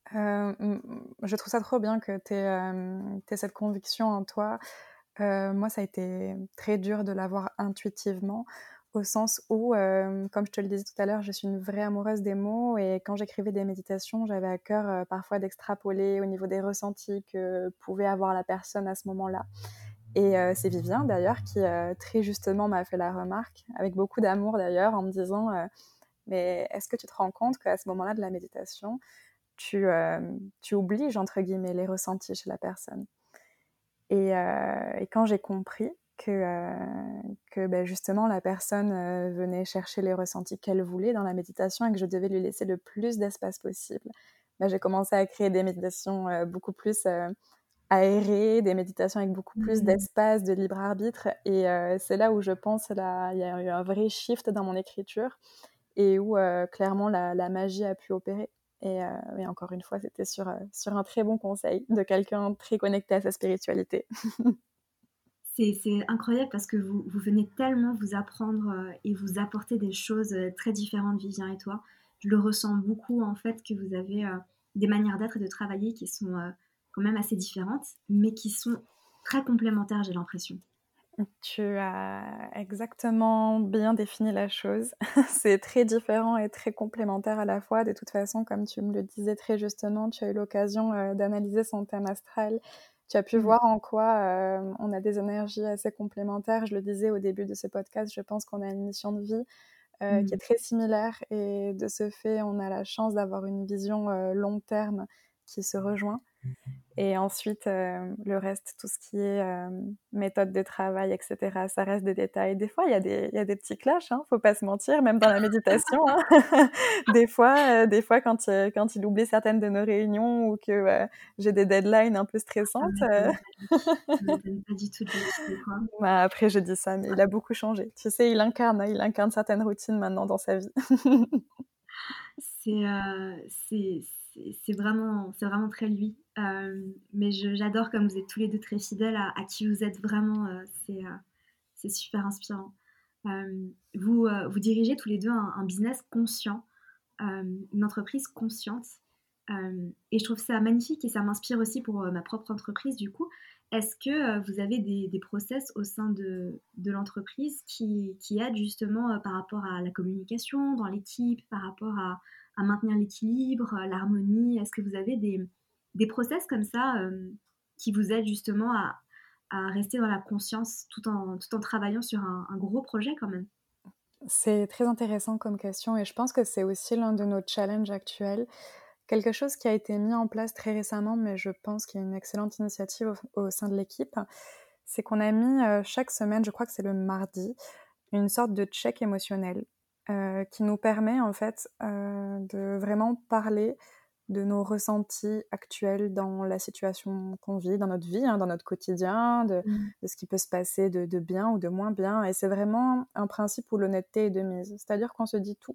Je trouve ça trop bien que tu aies cette conviction en toi. Moi, ça a été très dur de l'avoir intuitivement, au sens où, comme je te le disais tout à l'heure, je suis une vraie amoureuse des mots et quand j'écrivais des méditations, j'avais à cœur, parfois d'extrapoler au niveau des ressentis que pouvait avoir la personne à ce moment-là et c'est Vivien d'ailleurs qui, très justement m'a fait la remarque, avec beaucoup d'amour d'ailleurs, en me disant, «Mais est-ce que tu te rends compte qu'à ce moment-là de la méditation, tu obliges entre guillemets les ressentis chez la personne?» Et quand j'ai compris que ben justement la personne venait chercher les ressentis qu'elle voulait dans la méditation et que je devais lui laisser le plus d'espace possible, ben j'ai commencé à créer des méditations beaucoup plus aérées, des méditations avec beaucoup plus Mmh. d'espace, de libre arbitre. Et c'est là où je pense là, il y a eu un vrai shift dans mon écriture et où clairement la magie a pu opérer. Et encore une fois, c'était sur un très bon conseil de quelqu'un très connecté à sa spiritualité. C'est incroyable parce que vous venez tellement vous apprendre et vous apporter des choses très différentes, Vivien et toi. Je le ressens beaucoup en fait que vous avez des manières d'être et de travailler qui sont quand même assez différentes, mais qui sont très complémentaires, j'ai l'impression. Tu as exactement bien défini la chose. C'est très différent et très complémentaire à la fois. De toute façon, comme tu me le disais très justement, tu as eu l'occasion d'analyser son thème astral. Tu as pu Mm. voir en quoi on a des énergies assez complémentaires. Je le disais au début de ce podcast, je pense qu'on a une mission de vie qui est Mm. très similaire et de ce fait, on a la chance d'avoir une vision long terme qui se rejoint. Et ensuite, le reste, tout ce qui est méthode de travail, etc., ça reste des détails. Des fois, il y a des petits clashs, hein, faut pas se mentir, même dans la méditation. Hein. Des fois quand il oublie certaines de nos réunions ou que j'ai des deadlines un peu Ça stressantes, m'étonne pas du tout. Ça m'étonne pas du tout de l'utiliser, quoi. bah, après, je dis ça, mais il a beaucoup changé. Tu sais, il incarne certaines routines maintenant dans sa vie. C'est, c'est vraiment très lui. Mais j'adore comme vous êtes tous les deux très fidèles à qui vous êtes vraiment. C'est super inspirant. Vous dirigez tous les deux un business conscient, une entreprise consciente. Et je trouve ça magnifique et ça m'inspire aussi pour ma propre entreprise du coup. Est-ce que vous avez des process au sein de l'entreprise qui aident justement par rapport à la communication dans l'équipe, par rapport à maintenir l'équilibre, l'harmonie? Est-ce que vous avez des process comme ça qui vous aident justement à rester dans la conscience tout en travaillant sur un gros projet quand même? C'est très intéressant comme question et je pense que c'est aussi l'un de nos challenges actuels. Quelque chose qui a été mis en place très récemment, mais je pense qu'il y a une excellente initiative au sein de l'équipe, c'est qu'on a mis chaque semaine, je crois que c'est le mardi, une sorte de check émotionnel qui nous permet en fait de vraiment parler de nos ressentis actuels dans la situation qu'on vit, dans notre vie, hein, dans notre quotidien, Mmh. de ce qui peut se passer de bien ou de moins bien. Et c'est vraiment un principe où l'honnêteté est de mise. C'est-à-dire qu'on se dit tout.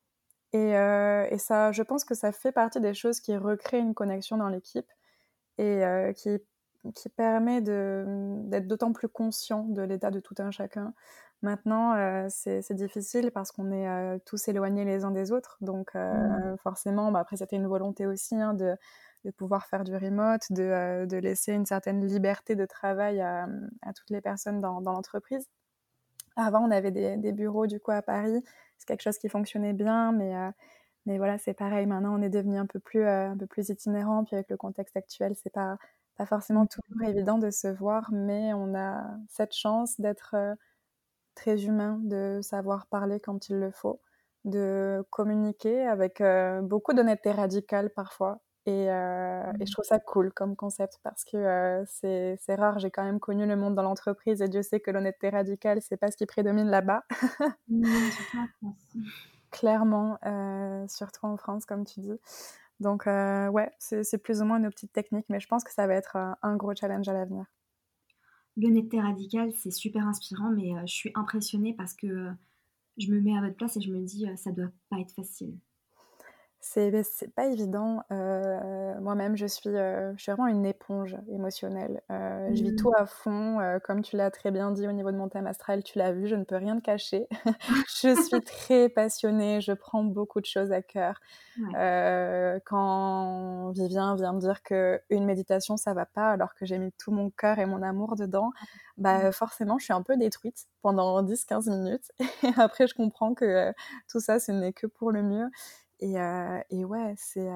Et ça, je pense que ça fait partie des choses qui recréent une connexion dans l'équipe et qui permet d'être d'autant plus conscient de l'état de tout un chacun. Maintenant, c'est difficile parce qu'on est tous éloignés les uns des autres. Donc, Mmh. forcément, bah, après, c'était une volonté aussi hein, de pouvoir faire du remote, de laisser une certaine liberté de travail à toutes les personnes dans l'entreprise. Avant, on avait des bureaux du coup à Paris. C'est quelque chose qui fonctionnait bien, mais voilà, c'est pareil. Maintenant, on est devenu un peu plus itinérant. Puis avec le contexte actuel, c'est pas forcément Mmh. toujours évident de se voir, mais on a cette chance d'être très humain, de savoir parler quand il le faut, de communiquer avec beaucoup d'honnêteté radicale parfois. Et je trouve ça cool comme concept parce que c'est rare. J'ai quand même connu le monde dans l'entreprise et Dieu sait que l'honnêteté radicale, c'est pas ce qui prédomine là-bas, Mmh, surtout en France. clairement, surtout en France, comme tu dis. Donc, ouais, c'est plus ou moins nos petites techniques, mais je pense que ça va être un gros challenge à l'avenir. L'honnêteté radicale, c'est super inspirant, mais je suis impressionnée parce que je me mets à votre place et je me dis, ça doit pas être facile. C'est pas évident. Moi-même, je suis vraiment une éponge émotionnelle. Je vis Mmh. tout à fond. Comme tu l'as très bien dit au niveau de mon thème astral, tu l'as vu, je ne peux rien te cacher. Je suis très passionnée, je prends beaucoup de choses à cœur. Ouais. Quand Vivien vient me dire qu'une méditation, ça va pas, alors que j'ai mis tout mon cœur et mon amour dedans, Mmh. bah forcément, je suis un peu détruite pendant 10-15 minutes. Et après, je comprends que tout ça, ce n'est que pour le mieux. Et ouais,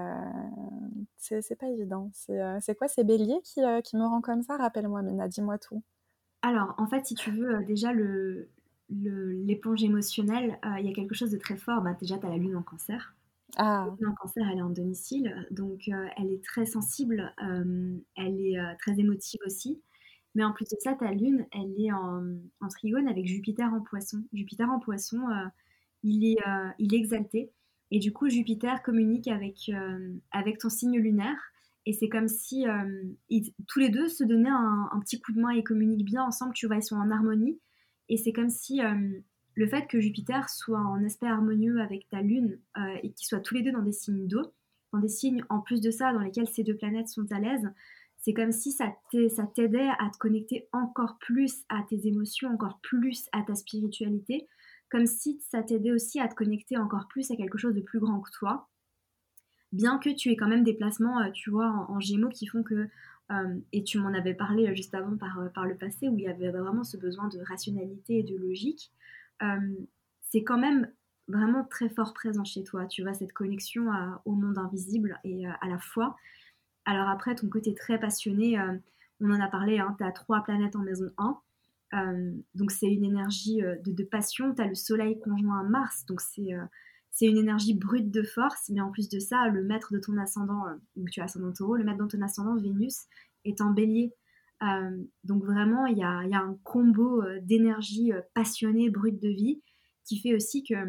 c'est pas évident. C'est quoi, c'est Bélier qui me rend comme ça? Rappelle-moi, Mina, dis-moi tout. Alors, en fait, si tu veux, déjà l'éponge émotionnelle, il y a quelque chose de très fort. Bah, déjà, tu as la lune en cancer. La Ah, lune en cancer, elle est en domicile, donc elle est très sensible, elle est, très émotive aussi. Mais en plus de ça, ta lune, elle est en trigone avec Jupiter en poisson. Jupiter en poisson, il est exalté. Et du coup, Jupiter communique avec ton signe lunaire. Et c'est comme si tous les deux se donnaient un petit coup de main et communiquent bien ensemble. Tu vois, ils sont en harmonie. Et c'est comme si le fait que Jupiter soit en aspect harmonieux avec ta lune et qu'ils soient tous les deux dans des signes d'eau, dans des signes en plus de ça dans lesquels ces deux planètes sont à l'aise, c'est comme si ça t'aidait à te connecter encore plus à tes émotions, encore plus à ta spiritualité, comme si ça t'aidait aussi à te connecter encore plus à quelque chose de plus grand que toi, bien que tu aies quand même des placements, tu vois, en Gémeaux qui font que, et tu m'en avais parlé juste avant par le passé, où il y avait vraiment ce besoin de rationalité et de logique, euh, c'est quand même vraiment très fort présent chez toi, tu vois, cette connexion au monde invisible et à la foi. Alors après, ton côté très passionné, on en a parlé, hein, tu as 3 planètes en maison 1. Donc c'est une énergie de passion. Tu as le soleil conjoint à Mars, donc c'est une énergie brute de force. Mais en plus de ça, le maître de ton ascendant, donc tu as ascendant taureau, le maître de ton ascendant, Vénus, est en bélier. Donc vraiment, il y a un combo d'énergie passionnée, brute de vie, qui fait aussi que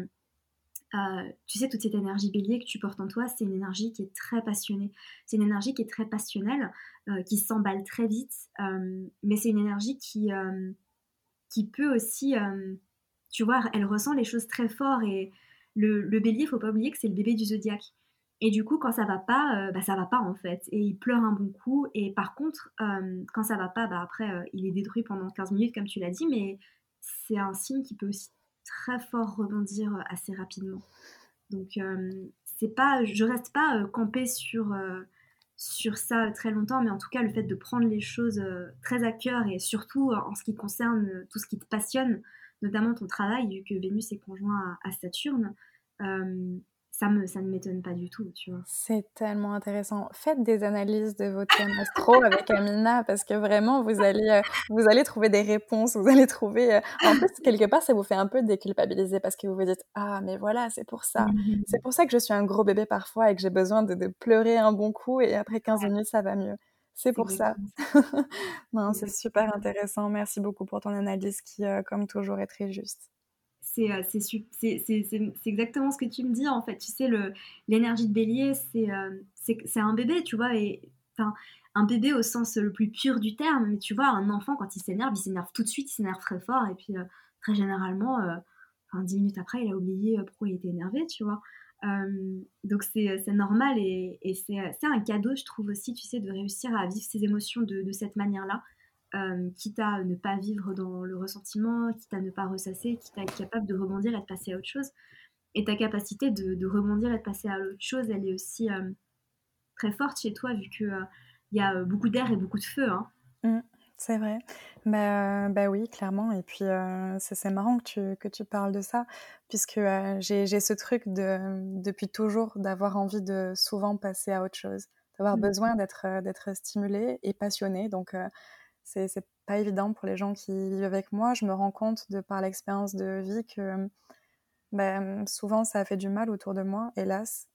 tu sais, toute cette énergie bélier que tu portes en toi, c'est une énergie qui est très passionnée. C'est une énergie qui est très passionnelle, qui s'emballe très vite, mais c'est une énergie qui peut aussi, tu vois, elle ressent les choses très fort. Et le bélier, il faut pas oublier que c'est le bébé du zodiaque. Et du coup, quand ça va pas en fait. Et il pleure un bon coup. Et par contre, quand ça va pas, après, il est détruit pendant 15 minutes, comme tu l'as dit, mais c'est un signe qui peut aussi très fort rebondir assez rapidement. Donc, c'est pas, je reste pas campée sur ça très longtemps, mais en tout cas, le fait de prendre les choses très à cœur et surtout en ce qui concerne tout ce qui te passionne, notamment ton travail, vu que Vénus est conjoint à Saturne, euh, ça ne m'étonne pas du tout, tu vois. C'est tellement intéressant. Faites des analyses de vos thèmes astro avec Amina parce que vraiment, vous allez trouver des réponses, vous allez trouver... En plus, quelque part, ça vous fait un peu déculpabiliser parce que vous vous dites, ah, mais voilà, c'est pour ça. C'est Mhm. pour ça que je suis un gros bébé parfois et que j'ai besoin de pleurer un bon coup et après 15 Ouais, minutes, ça va mieux. C'est c'est pour ça. exactement ça. Non, C'est c'est exactement super ça. intéressant. Merci beaucoup pour ton analyse qui, comme toujours, est très juste. C'est exactement ce que tu me dis en fait. Tu sais, l'énergie de bélier, c'est un bébé, tu vois, et enfin, un bébé au sens le plus pur du terme. Mais tu vois, un enfant, quand il s'énerve tout de suite, il s'énerve très fort, et puis très généralement, enfin, 10 minutes après, il a oublié pourquoi il était énervé, tu vois. Donc c'est normal, et c'est un cadeau, je trouve aussi, tu sais, de réussir à vivre ses émotions de cette manière-là, quitte à ne pas vivre dans le ressentiment, quitte à ne pas ressasser, quitte à être capable de rebondir et de passer à autre chose. Et ta capacité de rebondir et de passer à autre chose, elle est aussi très forte chez toi, vu que il y a beaucoup d'air et beaucoup de feu, hein. Mmh, c'est vrai. Bah oui, clairement et puis, c'est marrant que tu parles de ça puisque, j'ai ce truc depuis toujours d'avoir envie de souvent passer à autre chose, d'avoir Mm. besoin d'être stimulée et passionnée donc, c'est pas évident pour les gens qui vivent avec moi. Je me rends compte de par l'expérience de vie que, souvent ça a fait du mal autour de moi, hélas,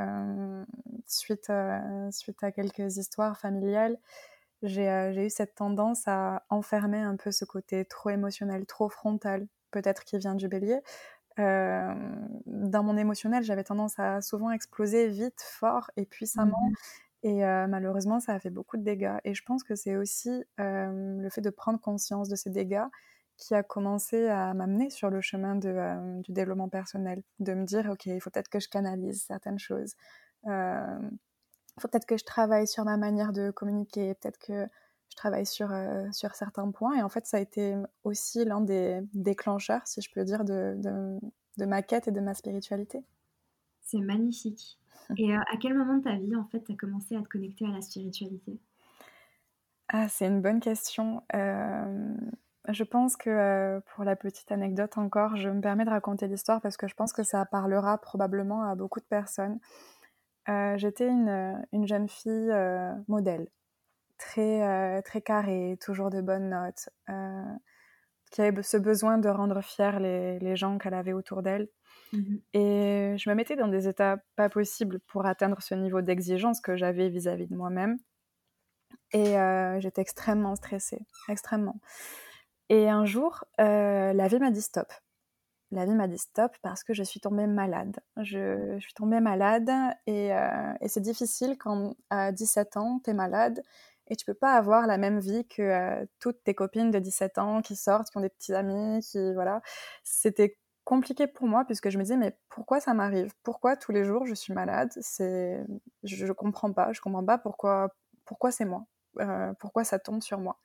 suite à quelques histoires familiales j'ai eu cette tendance à enfermer un peu ce côté trop émotionnel, trop frontal, peut-être qui vient du bélier. Dans mon émotionnel, j'avais tendance à souvent exploser vite, fort et puissamment. Mhm. Et malheureusement, ça a fait beaucoup de dégâts. Et je pense que c'est aussi le fait de prendre conscience de ces dégâts qui a commencé à m'amener sur le chemin du développement personnel, de me dire, OK, il faut peut-être que je canalise certaines choses. Euh, faut peut-être que je travaille sur ma manière de communiquer, peut-être que je travaille sur certains points. Et en fait, ça a été aussi l'un des déclencheurs, si je peux dire, de ma quête et de ma spiritualité. C'est magnifique. Et à quel moment de ta vie, en fait, tu as commencé à te connecter à la spiritualité? Ah, c'est une bonne question. Je pense que pour la petite anecdote encore, je me permets de raconter l'histoire parce que je pense que ça parlera probablement à beaucoup de personnes. J'étais une jeune fille modèle, très carrée, toujours de bonnes notes, qui avait ce besoin de rendre fiers les gens qu'elle avait autour d'elle. Mhm. Et je me mettais dans des états pas possibles pour atteindre ce niveau d'exigence que j'avais vis-à-vis de moi-même. Et j'étais extrêmement stressée, extrêmement. Et un jour, la vie m'a dit stop. La vie m'a dit stop parce que je suis tombée malade. Je suis tombée malade et c'est difficile quand à 17 ans, t'es malade et tu peux pas avoir la même vie que toutes tes copines de 17 ans qui sortent, qui ont des petits amis, qui voilà. C'était compliqué pour moi puisque je me disais mais pourquoi ça m'arrive? Pourquoi tous les jours je suis malade? Je comprends pas, je comprends pas pourquoi c'est moi, pourquoi ça tombe sur moi.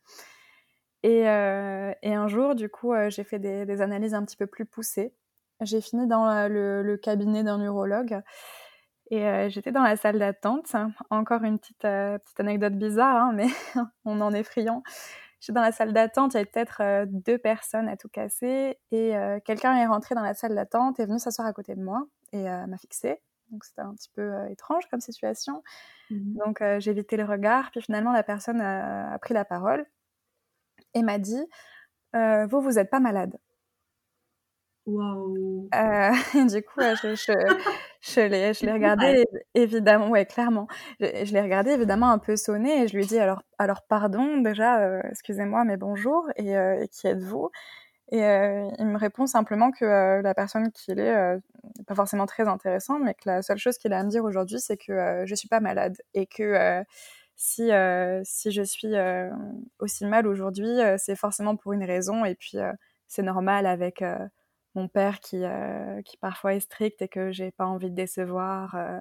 Et un jour, du coup, j'ai fait des analyses un petit peu plus poussées. J'ai fini dans le cabinet d'un neurologue et j'étais dans la salle d'attente. Encore une petite anecdote bizarre, hein, mais on en est friand. J'étais dans la salle d'attente, il y avait peut-être 2 personnes à tout casser et quelqu'un est rentré dans la salle d'attente, est venu s'asseoir à côté de moi et m'a fixé. Donc c'était un petit peu étrange comme situation. Mhm. Donc j'ai évité le regard, puis finalement la personne a pris la parole et m'a dit vous, vous êtes pas malade. Waouh! Du coup, je l'ai C'est fou, ouais. regardé évidemment, ouais, clairement. Je l'ai regardé évidemment un peu sonné et je lui ai dit alors pardon déjà, excusez-moi, mais bonjour et qui êtes-vous? Et il me répond simplement que la personne qu'il est n'est pas forcément très intéressant, mais que la seule chose qu'il a à me dire aujourd'hui, c'est que je suis pas malade et que si je suis aussi mal aujourd'hui, c'est forcément pour une raison et puis c'est normal avec mon père qui parfois est strict et que j'ai pas envie de décevoir,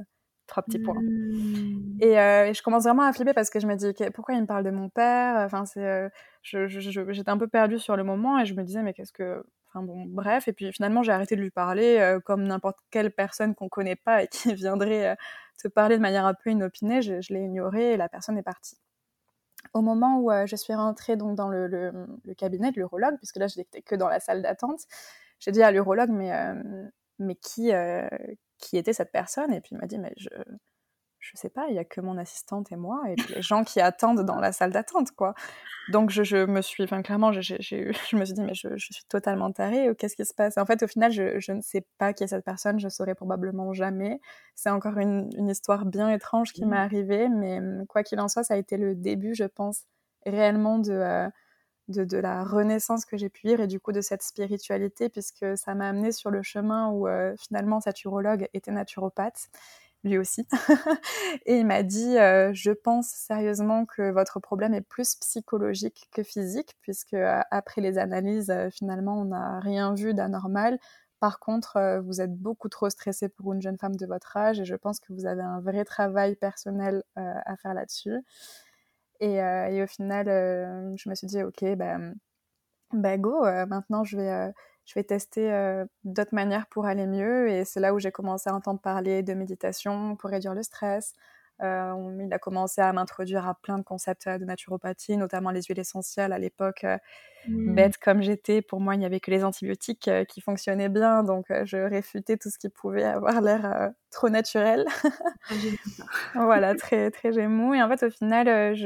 3 petits points. Mmh. Et je commence vraiment à flipper parce que je me dis: «OK, pourquoi il me parle de mon père?» Enfin, j'étais un peu perdue sur le moment et je me disais: «Mais qu'est-ce que» enfin bon, bref et puis finalement, j'ai arrêté de lui parler, comme n'importe quelle personne qu'on connaît pas et qui viendrait, te parler de manière un peu inopinée. Je l'ai ignoré et la personne est partie. Au moment où, je suis rentrée donc dans le cabinet de l'urologue, puisque là, je n'étais que dans la salle d'attente, j'ai dit à l'urologue: mais qui était cette personne?» Et puis il m'a dit: «Mais je sais pas, il y a que mon assistante et moi et puis les gens qui attendent dans la salle d'attente, quoi.» Donc je me suis, enfin clairement, je me suis dit: «Mais je suis totalement tarée, qu'est-ce qui se passe?» En fait, au final, je ne sais pas qui est cette personne, je saurai probablement jamais. C'est encore une histoire bien étrange qui m'est arrivée, mais quoi qu'il en soit, ça a été le début, je pense, réellement de la renaissance que j'ai pu vivre et du coup de cette spiritualité, puisque ça m'a amenée sur le chemin où finalement cet urologue était naturopathe, lui aussi. Et il m'a dit je pense sérieusement que votre problème est plus psychologique que physique, puisque après les analyses, finalement, on n'a rien vu d'anormal. Par contre, vous êtes beaucoup trop stressée pour une jeune femme de votre âge et je pense que vous avez un vrai travail personnel à faire là-dessus. Et au final, je me suis dit: «OK, bah go, maintenant je vais tester d'autres manières pour aller mieux.» Et c'est là où j'ai commencé à entendre parler de méditation pour réduire le stress. Il a commencé à m'introduire à plein de concepts de naturopathie, notamment les huiles essentielles. À l'époque, Mmh. bête comme j'étais, pour moi, il n'y avait que les antibiotiques qui fonctionnaient bien, donc je réfutais tout ce qui pouvait avoir l'air trop naturel. Très génial ça. Voilà, très, très Gémeaux. Et en fait, au final,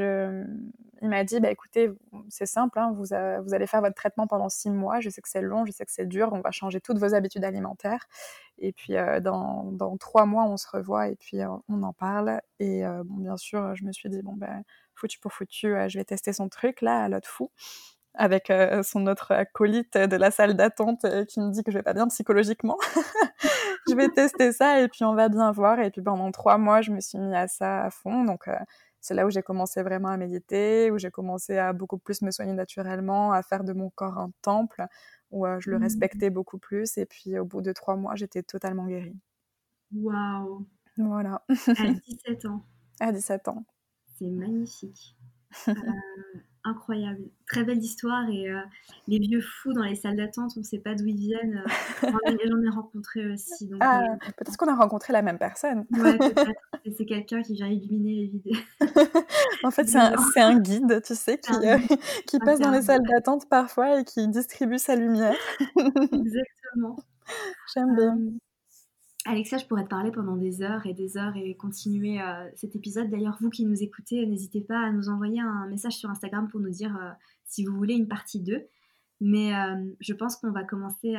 il m'a dit: «Bah, écoutez, c'est simple, hein, vous allez faire votre traitement pendant 6 mois. Je sais que c'est long, je sais que c'est dur. On va changer toutes vos habitudes alimentaires. Et puis, dans 3 mois, on se revoit et puis on en parle.» Et bon, bien sûr, je me suis dit: «Bon, ben, foutu pour foutu, je vais tester son truc là, à l'autre fou.» Avec son autre acolyte de la salle d'attente qui me dit que je vais pas bien psychologiquement. Je vais tester ça et puis on va bien voir. Et puis pendant 3 mois, je me suis mis à ça à fond. Donc c'est là où j'ai commencé vraiment à méditer, où j'ai commencé à beaucoup plus me soigner naturellement, à faire de mon corps un temple, où je le Mmh. respectais beaucoup plus. Et puis au bout de 3 mois, j'étais totalement guérie. Waouh! Voilà, À 17 ans, à 17 ans. c'est magnifique. Heu, Incroyable. Très belle histoire et les vieux fous dans les salles d'attente, on sait pas d'où ils viennent, j'en ai rencontré aussi donc Ah, je peut-être comprends. qu'on a rencontré la même personne. Ouais, peut-être. C'est quelqu'un qui vient illuminer les vidéos. En fait, Vraiment, c'est un guide, tu sais, c'est un guide qui passe dans les interne. salles d'attente parfois et qui distribue sa lumière. Exactement. J'aime bien. Alexia, je pourrais te parler pendant des heures et continuer, cet épisode. D'ailleurs, vous qui nous écoutez, n'hésitez pas à nous envoyer un message sur Instagram pour nous dire, si vous voulez une partie 2. Mais, je pense qu'on va commencer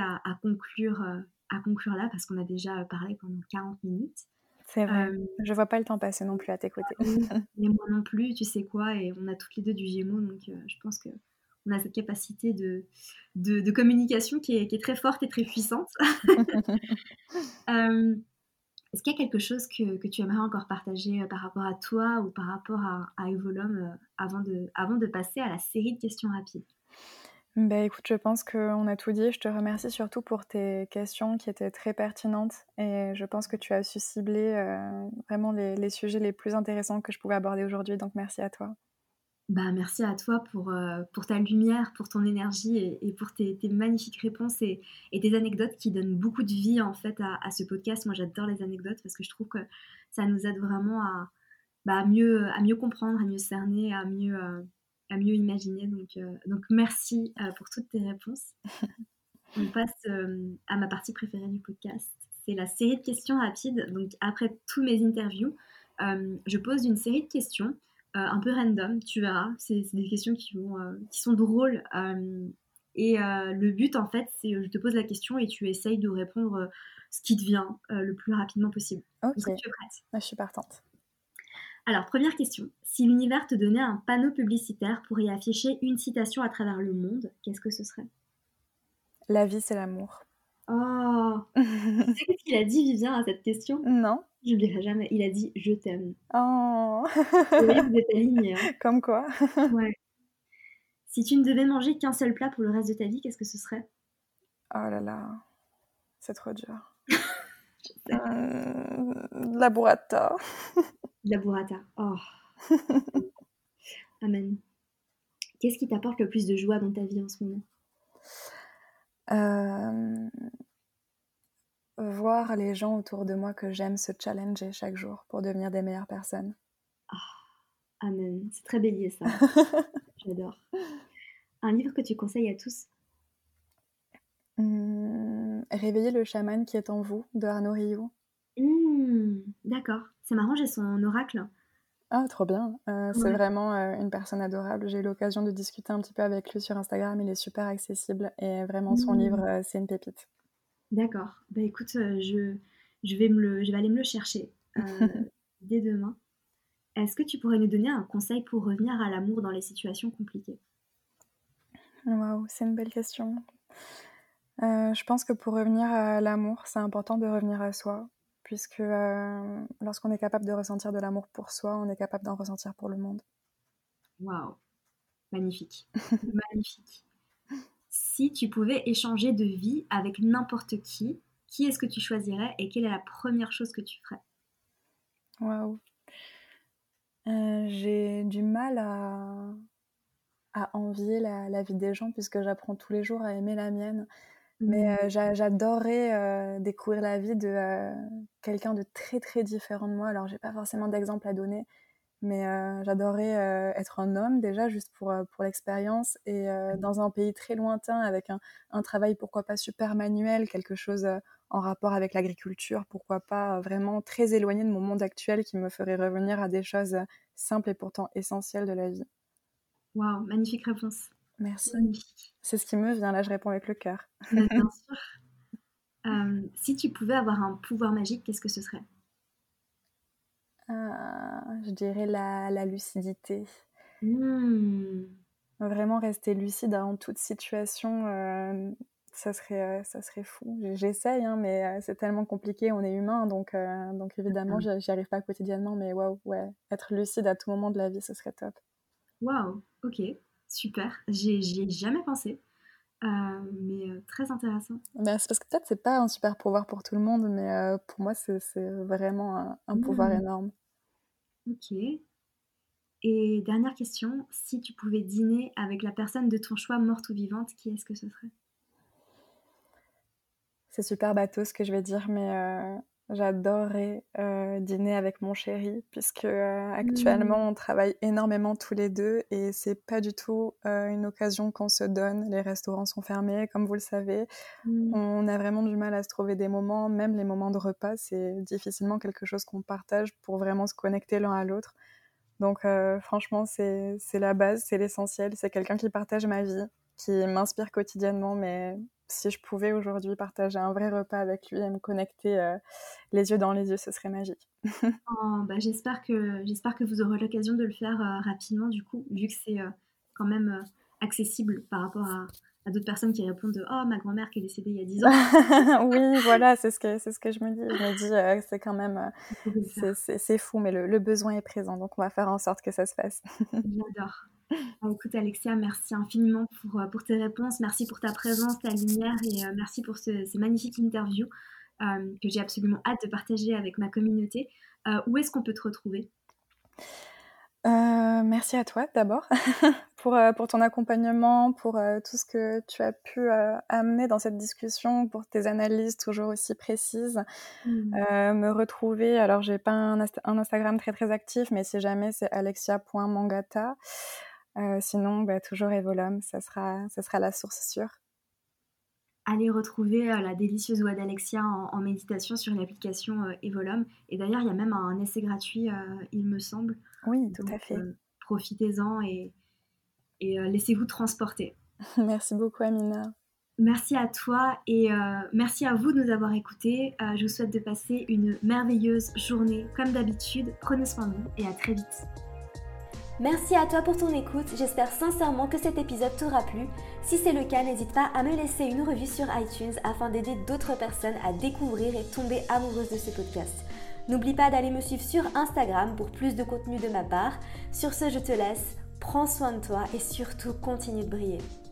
à conclure là parce qu'on a déjà, parlé pendant 40 minutes. C'est vrai. Hem, Je vois pas le temps passer non plus à t'écouter. oui, et moi non plus, tu sais quoi? Et on a toutes les 2 du Gémeaux donc, je pense qu'on a cette capacité de communication qui est très forte et très puissante. Hem Est-ce qu'il y a quelque chose que tu aimerais encore partager, par rapport à toi ou par rapport à Evolum, avant de passer à la série de questions rapides? Bah, écoute, je pense qu'on a tout dit. Je te remercie surtout pour tes questions qui étaient très pertinentes et je pense que tu as su cibler, vraiment les sujets les plus intéressants que je pouvais aborder aujourd'hui, donc merci à toi. Bah, merci à toi pour ta lumière, pour ton énergie et pour tes magnifiques réponses et tes anecdotes qui donnent beaucoup de vie, en fait, à ce podcast. Moi, j'adore les anecdotes parce que je trouve que ça nous aide vraiment à mieux comprendre, à mieux cerner, à mieux imaginer donc merci, pour toutes tes réponses. On passe, à ma partie préférée du podcast. C'est la série de questions rapides. Donc après tous mes interviews, je pose une série de questions, un peu random, tu verras. C'est des questions qui sont drôles, le but en fait, c'est, je te pose la question et tu essayes de répondre, ce qui te vient, le plus rapidement possible. OK, Est-ce que tu es prête? bah, je suis partante. Alors première question, si l'univers te donnait un panneau publicitaire pour y afficher une citation à travers le monde, qu'est-ce que ce serait? La vie, c'est l'amour. Oh! Tu sais qu'est-ce qu'il a dit Vivien à cette question? Non? J'oublierai jamais, il a dit: «Je t'aime». Oh! Vous voyez, vous êtes alignés, hein? Comme quoi. Ouais. Si tu ne devais manger qu'un seul plat pour le reste de ta vie, qu'est-ce que ce serait? Oh là là, c'est trop dur. Je sais. La burrata. La burrata. Oh, amen. Qu'est-ce qui t'apporte le plus de joie dans ta vie en ce moment? Euh, Voir les gens autour de moi que j'aime se challenger chaque jour pour devenir des meilleures personnes. Amen. C'est très bélier ça. J'adore. Un livre que tu conseilles à tous? Réveiller le chaman qui est en vous de Arnaud Rioux. D'accord. C'est marrant, j'ai son oracle. Ah, trop bien. C'est Ouais. vraiment une personne adorable. J'ai eu l'occasion de discuter un petit peu avec lui sur Instagram. Il est super accessible et vraiment son livre, c'est une pépite. D'accord. Bah écoute, je vais aller me le chercher dès demain. Est-ce que tu pourrais nous donner un conseil pour revenir à l'amour dans les situations compliquées? Waouh, c'est une belle question. Je pense que pour revenir à l'amour, c'est important de revenir à soi, puisque lorsqu'on est capable de ressentir de l'amour pour soi, on est capable d'en ressentir pour le monde. Waouh, magnifique. Magnifique. Si tu pouvais échanger de vie avec n'importe qui est-ce que tu choisirais et quelle est la première chose que tu ferais? Waouh. J'ai du mal à envier la vie des gens, puisque j'apprends tous les jours à aimer la mienne. Mais j'adorerais découvrir la vie de quelqu'un de très très différent de moi. Alors j'ai pas forcément d'exemple à donner, mais j'adorerais être un homme déjà, juste pour l'expérience, et dans un pays très lointain, avec un travail pourquoi pas super manuel, quelque chose en rapport avec l'agriculture, pourquoi pas vraiment très éloigné de mon monde actuel, qui me ferait revenir à des choses simples et pourtant essentielles de la vie. Waouh, magnifique réponse. Merci. Magnifique. C'est ce qui me vient, là je réponds avec le cœur. Bah, bien sûr. Si tu pouvais avoir un pouvoir magique, qu'est-ce que ce serait? Je dirais la lucidité. Mmh. Vraiment rester lucide en toute situation, ça serait fou. J'essaye, hein, mais c'est tellement compliqué, on est humain, donc évidemment, j'y arrive pas quotidiennement, mais waouh, ouais, être lucide à tout moment de la vie, ce serait top. Waouh, ok, super. J'y ai jamais pensé, mais très intéressant. Ben, c'est parce que peut-être c'est pas un super pouvoir pour tout le monde, mais pour moi, c'est vraiment un pouvoir Mmh. énorme. Ok. Et dernière question, si tu pouvais dîner avec la personne de ton choix, morte ou vivante, qui est-ce que ce serait? C'est super bateau ce que je vais dire, mais j'adorerais dîner avec mon chéri, puisque Mmh. actuellement on travaille énormément tous les deux et c'est pas du tout une occasion qu'on se donne. Les restaurants sont fermés, comme vous le savez. Mmh. On a vraiment du mal à se trouver des moments, même les moments de repas, c'est difficilement quelque chose qu'on partage pour vraiment se connecter l'un à l'autre. Donc franchement, c'est la base, c'est l'essentiel. C'est quelqu'un qui partage ma vie, qui m'inspire quotidiennement. Mais si je pouvais aujourd'hui partager un vrai repas avec lui et me connecter les yeux dans les yeux, ce serait magique. Oh, bah, j'espère que vous aurez l'occasion de le faire rapidement, du coup, vu que c'est quand même accessible par rapport à d'autres personnes qui répondent oh, ma grand-mère qui est décédée il y a 10 ans. Oui, voilà, c'est ce que je me dis. Je me dis, c'est quand même, Vous pouvez le faire. c'est fou, mais le besoin est présent. Donc on va faire en sorte que ça se fasse. J'adore. Bah, écoute, Alexia, merci infiniment pour tes réponses. Merci pour ta présence, ta lumière et merci pour ces magnifiques interviews que j'ai absolument hâte de partager avec ma communauté. Où est-ce qu'on peut te retrouver? Merci à toi d'abord pour ton accompagnement, pour tout ce que tu as pu amener dans cette discussion, pour tes analyses toujours aussi précises. Hmm. Me retrouver, alors j'ai pas un Instagram très très actif, mais si jamais c'est alexia.mangata. Sinon, bah, toujours Evolum, ça sera la source sûre. Allez retrouver la délicieuse voix d'Alexia en méditation sur l'application Evolum. Et d'ailleurs, il y a même un essai gratuit, il me semble. Oui, tout Donc, à fait. profitez-en et laissez-vous transporter. Merci beaucoup, Amina. Merci à toi et merci à vous de nous avoir écoutés. Je vous souhaite de passer une merveilleuse journée comme d'habitude. Prenez soin de vous et à très vite. Merci à toi pour ton écoute, j'espère sincèrement que cet épisode t'aura plu. Si c'est le cas, n'hésite pas à me laisser une revue sur iTunes afin d'aider d'autres personnes à découvrir et tomber amoureuses de ce podcast. N'oublie pas d'aller me suivre sur Instagram pour plus de contenu de ma part. Sur ce, je te laisse, prends soin de toi et surtout continue de briller.